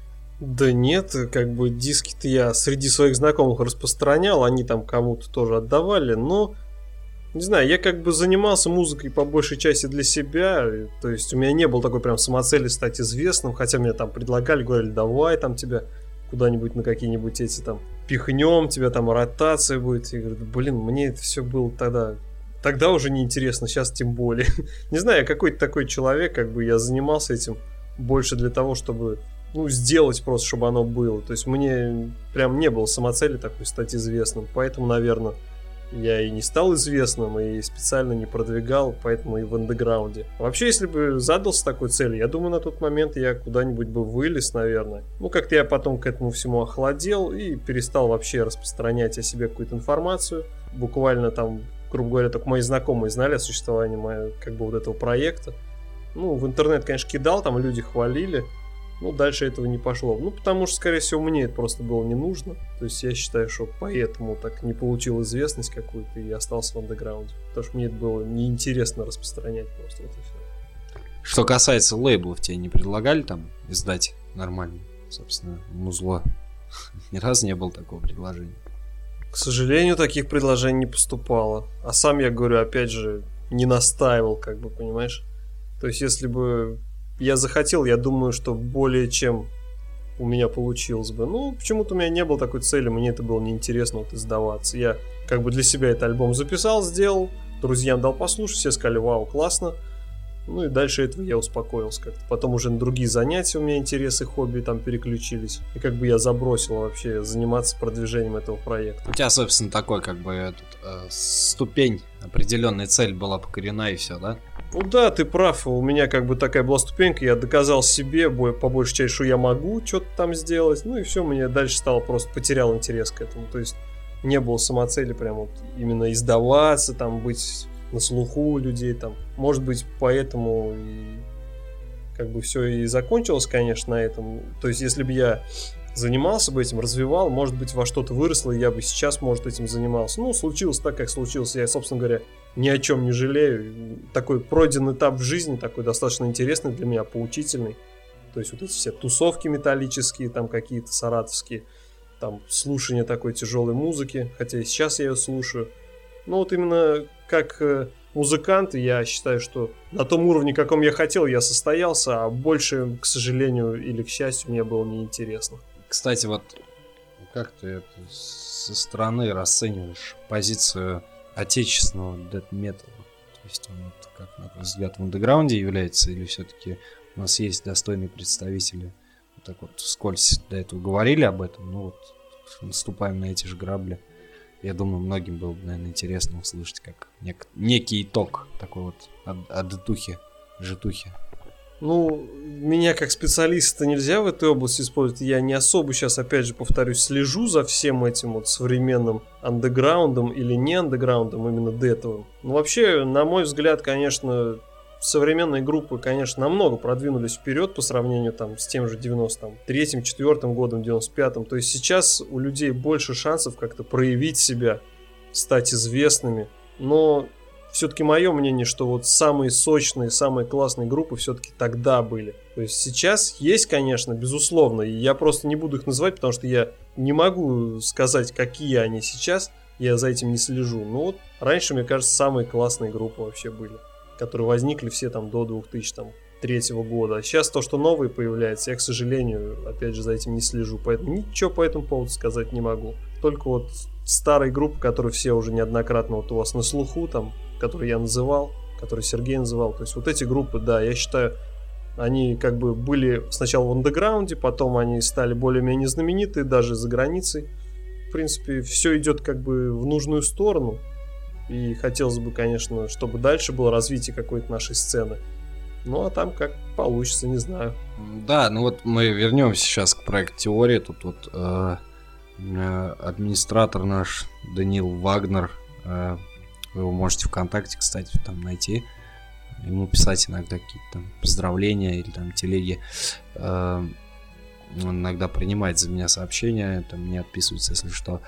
Да нет, как бы диски-то я среди своих знакомых распространял, они там кому-то тоже отдавали, но, не знаю, я как бы занимался музыкой по большей части для себя, то есть у меня не было такой прям самоцели стать известным, хотя мне там предлагали, говорили, давай там тебя куда-нибудь на какие-нибудь эти там пихнем, тебя там ротация будет. Я говорю, блин, мне это все было тогда... Тогда уже неинтересно, сейчас тем более. Не знаю, я какой-то такой человек, как бы я занимался этим больше для того, чтобы, ну, сделать просто, чтобы оно было. То есть мне прям не было самоцели такой стать известным. Поэтому, наверное, я и не стал известным, и специально не продвигал, поэтому и в андеграунде. Вообще, если бы задался такой целью, я думаю, на тот момент я куда-нибудь бы вылез, наверное. Ну, как-то я потом к этому всему охладел и перестал вообще распространять о себе какую-то информацию. Буквально там... грубо говоря, только мои знакомые знали о существовании моего, как бы, вот этого проекта. Ну, в интернет, конечно, кидал, там люди хвалили. Ну, дальше этого не пошло. Ну, потому что, скорее всего, мне это просто было не нужно. То есть я считаю, что поэтому так не получил известность какую-то и остался в андеграунде. Потому что мне это было неинтересно распространять просто вот и все. Что касается лейблов, тебе не предлагали там издать нормально, собственно, музло? Ни разу не было такого предложения. К сожалению, таких предложений не поступало. А сам, я говорю, опять же, не настаивал, как бы, понимаешь? То есть, если бы я захотел, я думаю, что более чем у меня получилось бы. Ну, почему-то у меня не было такой цели, мне это было неинтересно вот издаваться. Я как бы для себя этот альбом записал, сделал, друзьям дал послушать, все сказали, вау, классно. Ну и дальше этого я успокоился как-то. Потом уже на другие занятия у меня интересы, хобби там переключились. И как бы я забросил вообще заниматься продвижением этого проекта. У тебя, собственно, такой как бы этот, э, ступень, определенная цель была покорена и все, да? Ну да, ты прав. У меня как бы такая была ступенька. Я доказал себе по большей части, что я могу что-то там сделать. Ну и все, мне дальше стало просто потерял интерес к этому. То есть не было самоцели прям вот именно издаваться, там быть... на слуху у людей там. Может быть, поэтому и как бы все и закончилось, конечно, на этом. То есть, если бы я занимался бы этим, развивал, может быть, во что-то выросло, и я бы сейчас, может, этим занимался. Ну, случилось так, как случилось. Я, собственно говоря, ни о чем не жалею. Такой пройденный этап в жизни, такой достаточно интересный для меня, поучительный. То есть, вот эти все тусовки металлические, там какие-то саратовские, там слушание такой тяжелой музыки, хотя и сейчас я ее слушаю. Ну, вот именно как музыкант, я считаю, что на том уровне, каком я хотел, я состоялся, а больше, к сожалению или к счастью, мне было неинтересно. Кстати, вот как ты это со стороны расцениваешь позицию отечественного дэт-металла? То есть он, вот, как на твой взгляд, в андеграунде является, или все-таки у нас есть достойные представители? Вот так вот вскользь до этого говорили об этом, ну вот наступаем на эти же грабли. Я думаю, многим было бы, наверное, интересно услышать, как нек- некий итог такой вот от, от духи, житухи. Ну, меня как специалиста нельзя в этой области использовать. Я не особо сейчас, опять же, повторюсь, слежу за всем этим вот современным андеграундом или не андеграундом, именно дэтовым. Ну, вообще, на мой взгляд, конечно, современные группы, конечно, намного продвинулись вперед по сравнению там, с тем же девяносто третьим, четвёртым годом, девяносто пятым. То есть сейчас у людей больше шансов как-то проявить себя, стать известными. Но все-таки мое мнение, что вот самые сочные, самые классные группы все-таки тогда были. То есть сейчас есть, конечно, безусловно, и я просто не буду их называть, потому что я не могу сказать, какие они сейчас, я за этим не слежу. Но вот раньше, мне кажется, самые классные группы вообще были, которые возникли все там до две тысячи третьего года. А сейчас то, что новые появляется, я, к сожалению, опять же, за этим не слежу, поэтому ничего по этому поводу сказать не могу. Только вот старые группы, которые все уже неоднократно вот у вас на слуху, там, которые я называл, которые Сергей называл. То есть вот эти группы, да, я считаю, они как бы были сначала в андеграунде, потом они стали более-менее знаменитые даже за границей. В принципе, все идет как бы в нужную сторону. И хотелось бы, конечно, чтобы дальше было развитие какой-то нашей сцены. Ну, а там как получится, не знаю. Да, ну вот мы вернемся сейчас к проекту «Теория». Тут вот э, э, администратор наш Даниил Вагнер, э, вы его можете ВКонтакте, кстати, там найти. Ему писать иногда какие-то там поздравления или там телеги. Э, он иногда принимает за меня сообщения, там не отписывается, если что.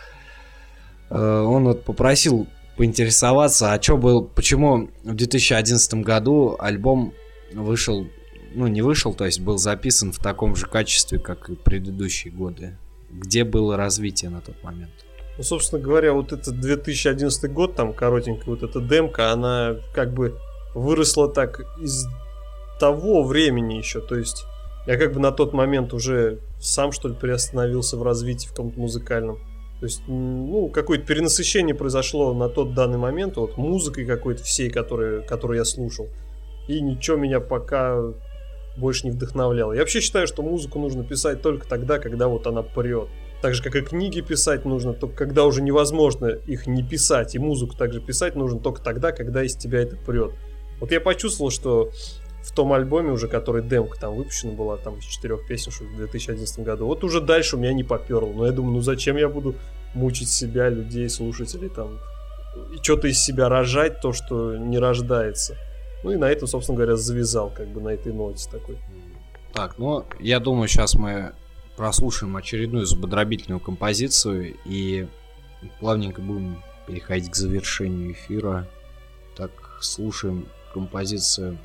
Э, он вот попросил поинтересоваться, а что был, почему в две тысячи одиннадцатом году альбом вышел, ну не вышел, то есть был записан в таком же качестве, как и предыдущие годы. Где было развитие на тот момент? Ну, собственно говоря, вот этот две тысячи одиннадцатый год, там коротенькая вот эта демка, она как бы выросла так из того времени еще, то есть я как бы на тот момент уже сам, что ли, приостановился в развитии в каком-то музыкальном. То есть, ну, какое-то перенасыщение произошло на тот данный момент, вот музыкой какой-то всей, которую, которую я слушал. И ничего меня пока больше не вдохновляло. Я вообще считаю, что музыку нужно писать только тогда, когда вот она прет. Так же, как и книги писать нужно, только когда уже невозможно их не писать. И музыку также писать нужно только тогда, когда из тебя это прет. Вот я почувствовал, что в том альбоме уже, который демка там выпущена была, там из четырех песен, что в две тысячи одиннадцатом году, вот уже дальше у меня не поперло. Но я думаю, ну зачем я буду мучить себя, людей, слушателей, там, и что-то из себя рожать, то, что не рождается. Ну и на этом, собственно говоря, завязал, как бы на этой ноте такой. Так, ну, я думаю, сейчас мы прослушаем очередную зубодробительную композицию и плавненько будем переходить к завершению эфира. Так, слушаем композицию.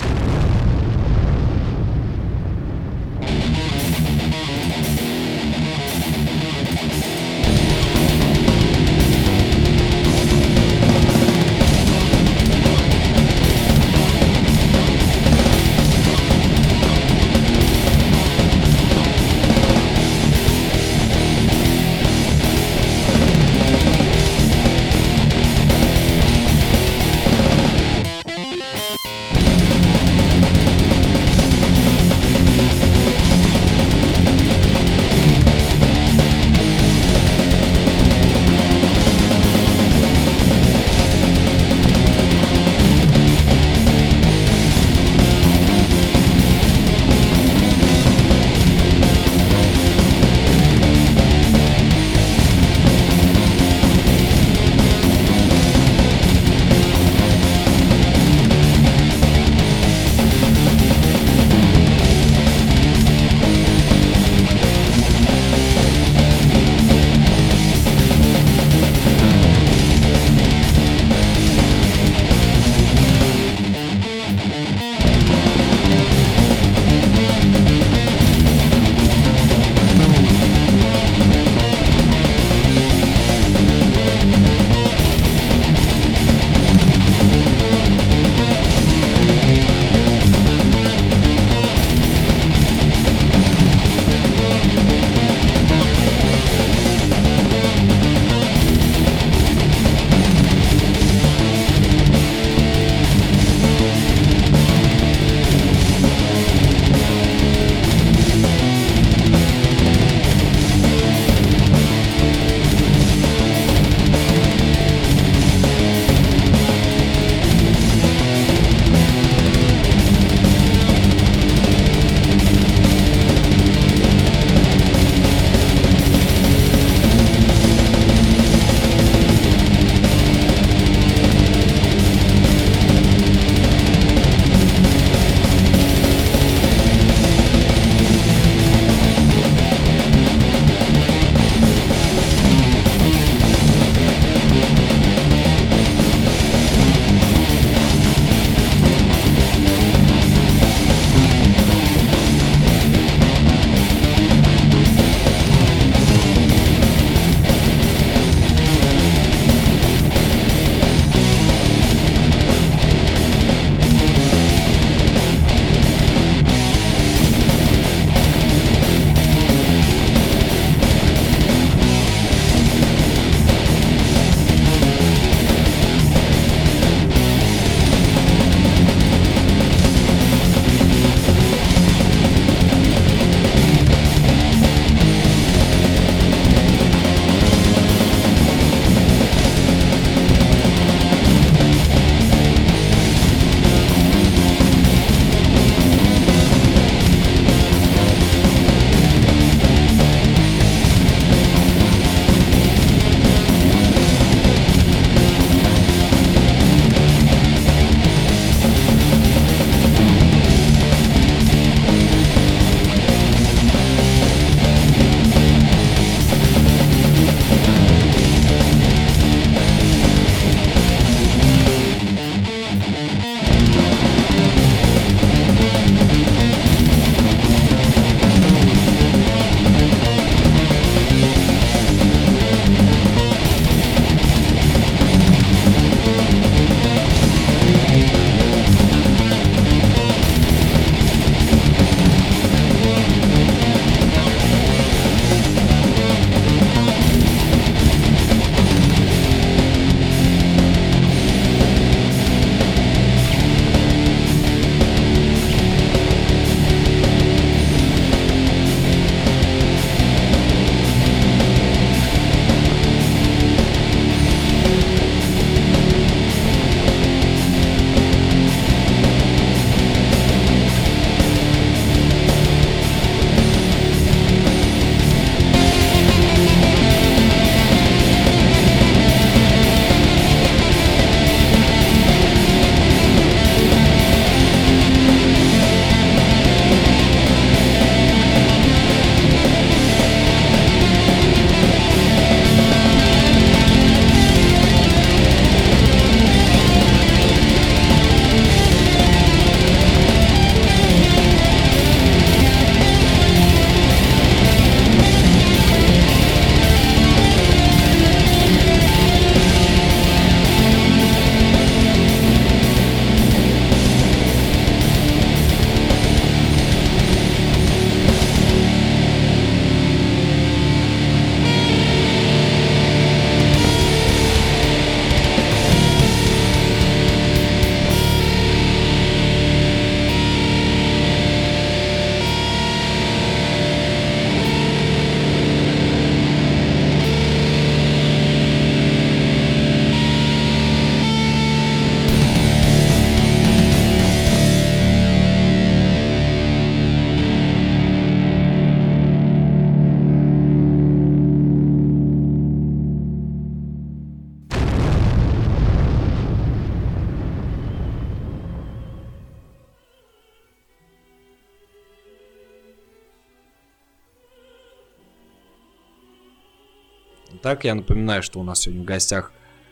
Так, я напоминаю, что у нас сегодня в гостях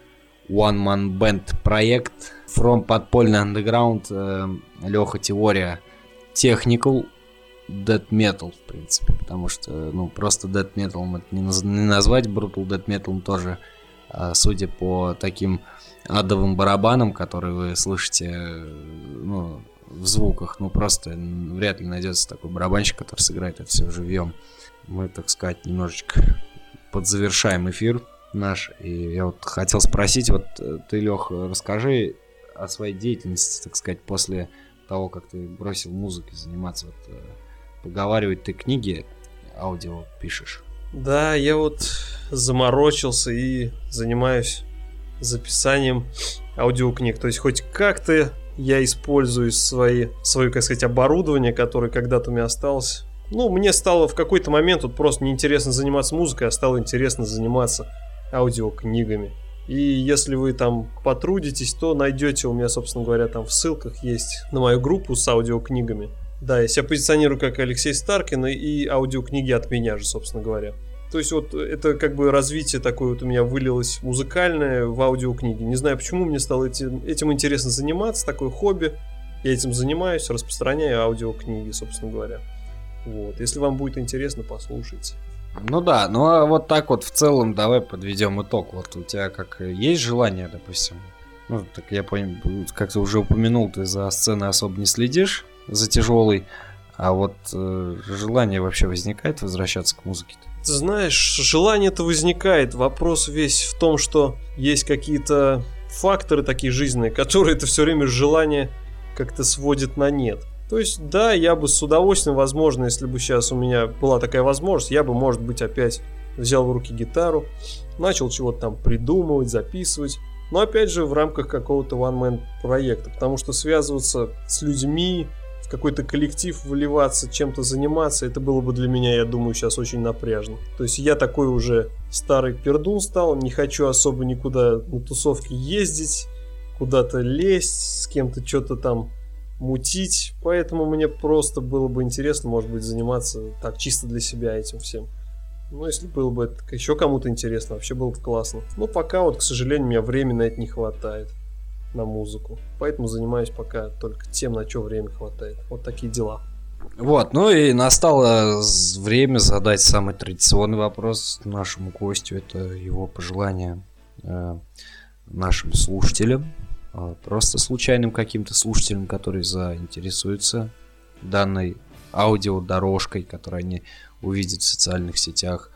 One Man Band проект From Подпольный Underground, э, Леха Теория, Technical Death Metal, в принципе, потому что, ну, просто Death Metal это не, наз- не назвать, Brutal Death Metal тоже, э, судя по таким адовым барабанам, которые вы слышите, э, ну, в звуках, ну, просто вряд ли найдется такой барабанщик, который сыграет это все живьем. Мы, так сказать, немножечко подзавершаем эфир наш, и я вот хотел спросить, вот ты, Лех, расскажи о своей деятельности, так сказать, после того, как ты бросил музыкой заниматься. Вот, поговаривать, ты книги аудио пишешь? Да, я вот заморочился и занимаюсь записанием аудиокниг. То есть хоть как-то я использую свои, свое, как сказать, оборудование, которое когда-то у меня осталось. Ну, мне стало в какой-то момент вот просто неинтересно заниматься музыкой, а стало интересно заниматься аудиокнигами. И если вы там потрудитесь, то найдете у меня, собственно говоря, там в ссылках есть на мою группу с аудиокнигами. Да, я себя позиционирую как Алексей Старкин, и аудиокниги от меня же, собственно говоря. То есть вот это как бы развитие такое вот у меня вылилось музыкальное в аудиокниги. Не знаю, почему мне стало этим, этим интересно заниматься, такое хобби. Я этим занимаюсь, распространяю аудиокниги, собственно говоря. Вот. Если вам будет интересно, послушайте. Ну да, ну а вот так вот в целом давай подведем итог. Вот у тебя как есть желание, допустим? Ну, так я понял, как ты уже упомянул, ты за сценой особо не следишь, за тяжелой. А вот э, желание вообще возникает возвращаться к музыке-то? Ты знаешь, желание-то возникает. Вопрос весь в том, что есть какие-то факторы такие жизненные, которые это все время желание как-то сводит на нет. То есть, да, я бы с удовольствием, возможно, если бы сейчас у меня была такая возможность, я бы, может быть, опять взял в руки гитару, начал чего-то там придумывать, записывать. Но, опять же, в рамках какого-то one-man проекта, потому что связываться с людьми, в какой-то коллектив вливаться, чем-то заниматься, это было бы для меня, я думаю, сейчас очень напряжно. То есть я такой уже старый пердун стал, не хочу особо никуда на тусовки ездить, куда-то лезть, с кем-то что-то там мутить, поэтому мне просто было бы интересно, может быть, заниматься так чисто для себя этим всем. Ну, если было бы это еще кому-то интересно, вообще было бы классно. Но пока вот, к сожалению, у меня времени на это не хватает, на музыку. Поэтому занимаюсь пока только тем, на что время хватает. Вот такие дела. Вот, ну и настало время задать самый традиционный вопрос нашему гостю. Это его пожелания э, нашим слушателям. Просто случайным каким-то слушателям, которые заинтересуются данной аудиодорожкой, которую они увидят в социальных сетях,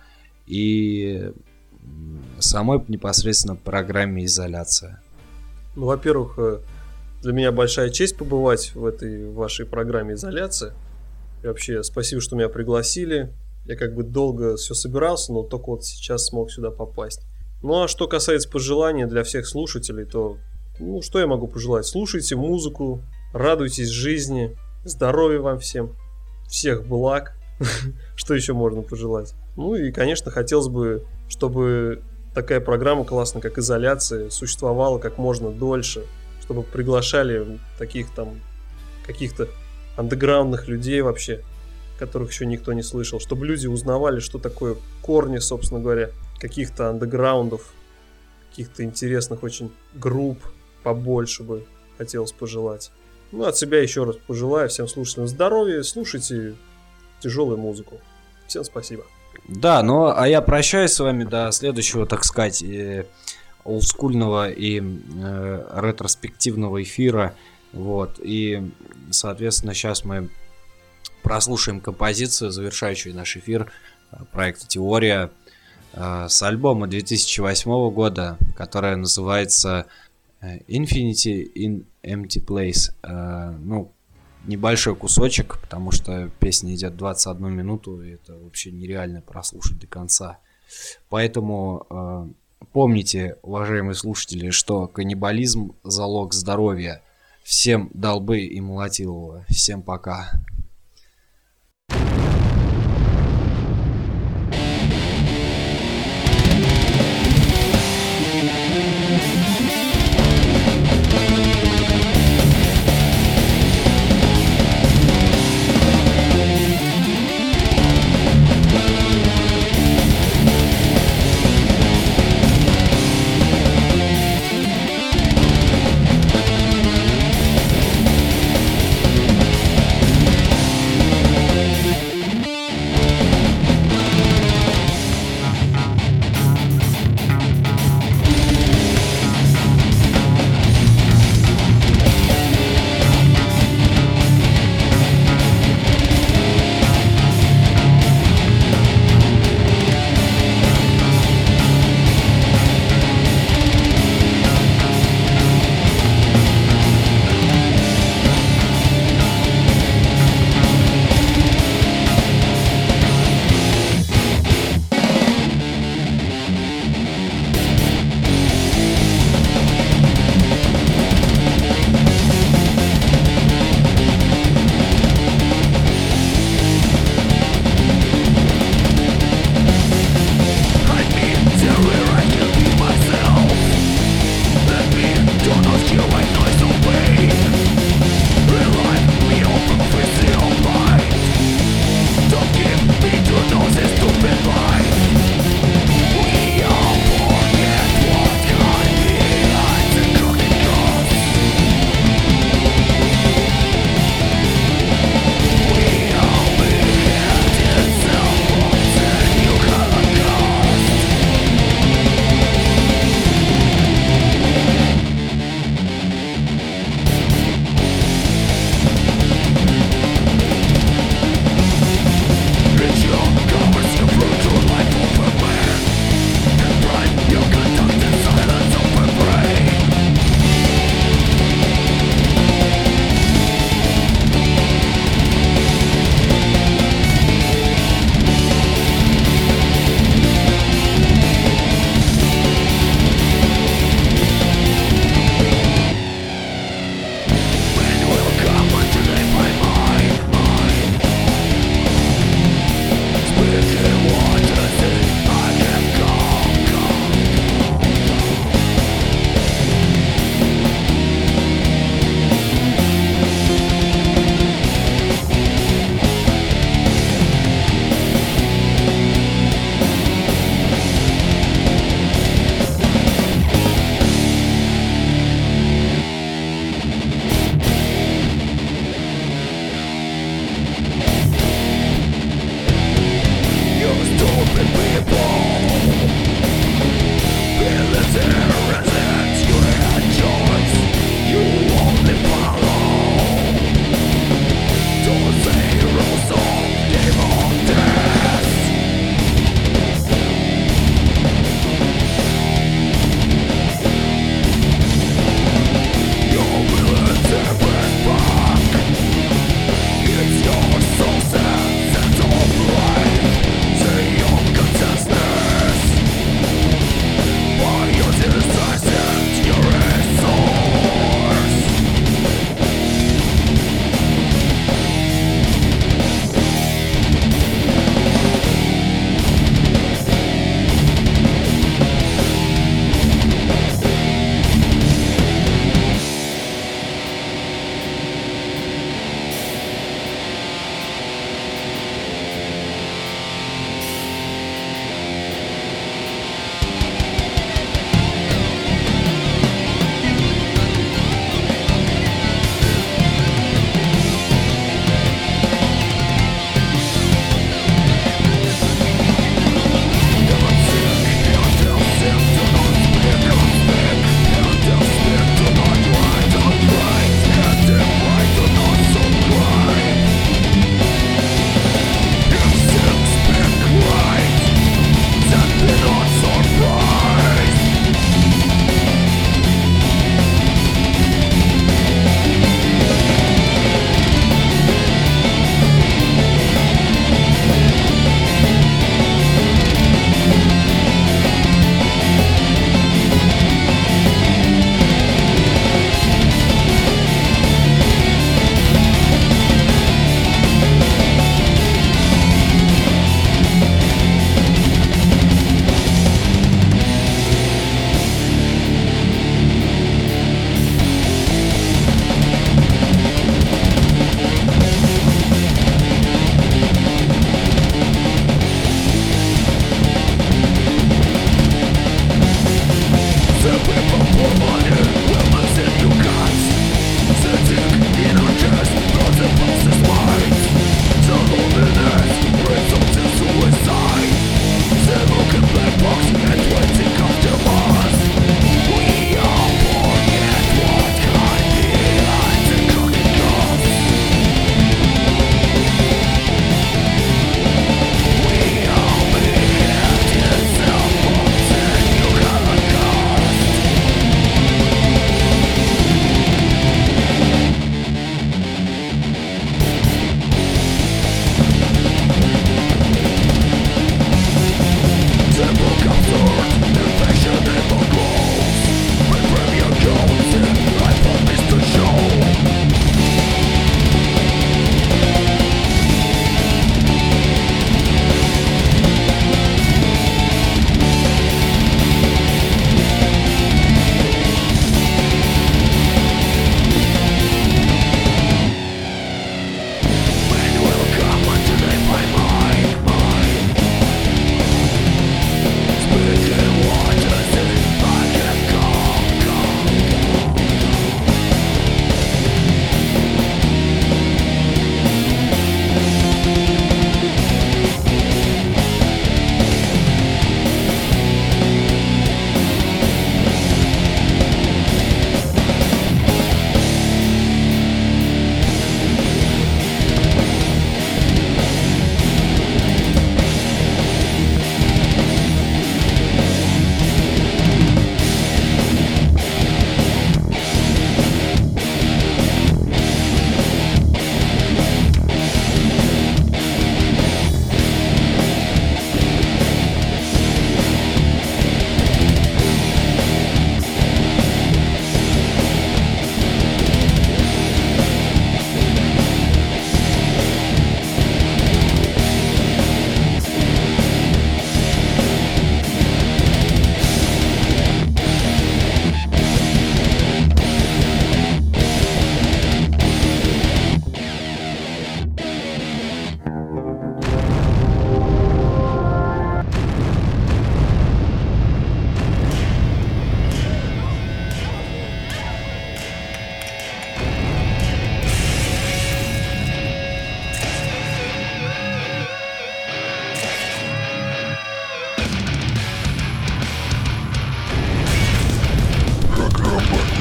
и самой непосредственно программе «Изоляция». Ну, во-первых, для меня большая честь побывать в этой вашей программе «Изоляция». И вообще, спасибо, что меня пригласили. Я как бы долго все собирался, но только вот сейчас смог сюда попасть. Ну, а что касается пожеланий для всех слушателей, то ну, что я могу пожелать? Слушайте музыку, радуйтесь жизни, здоровья вам всем, всех благ. Что еще можно пожелать? Ну и, конечно, хотелось бы, чтобы такая программа классная, как «Изоляция», существовала как можно дольше, чтобы приглашали таких там каких-то андеграундных людей вообще, которых еще никто не слышал, чтобы люди узнавали, что такое корни, собственно говоря, каких-то андеграундов, каких-то интересных очень групп. Побольше бы хотелось пожелать. Ну, от себя еще раз пожелаю всем слушателям здоровья. Слушайте тяжелую музыку. Всем спасибо. Да, ну а я прощаюсь с вами до следующего, так сказать, э, олдскульного и э, ретроспективного эфира. Вот. И, соответственно, сейчас мы прослушаем композицию, завершающую наш эфир проекта «Теория» э, с альбома две тысячи восьмого года, которая называется Infinity in Empty Place. Uh, ну, небольшой кусочек, потому что песня идет двадцать одну минуту, и это вообще нереально прослушать до конца. Поэтому uh, помните, уважаемые слушатели, что каннибализм – залог здоровья. Всем долбы и молотилова. Всем пока. It's your soul sense of life. See your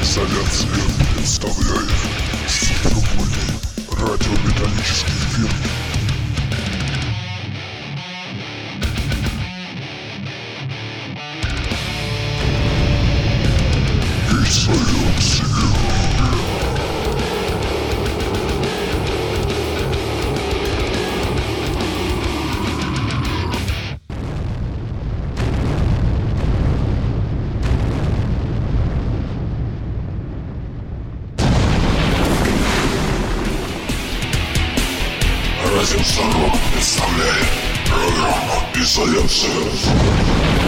Изоляция представляет супергульный радиометаллический фильм. Изоляция. Радио Сорок представляет программу «Изоляция».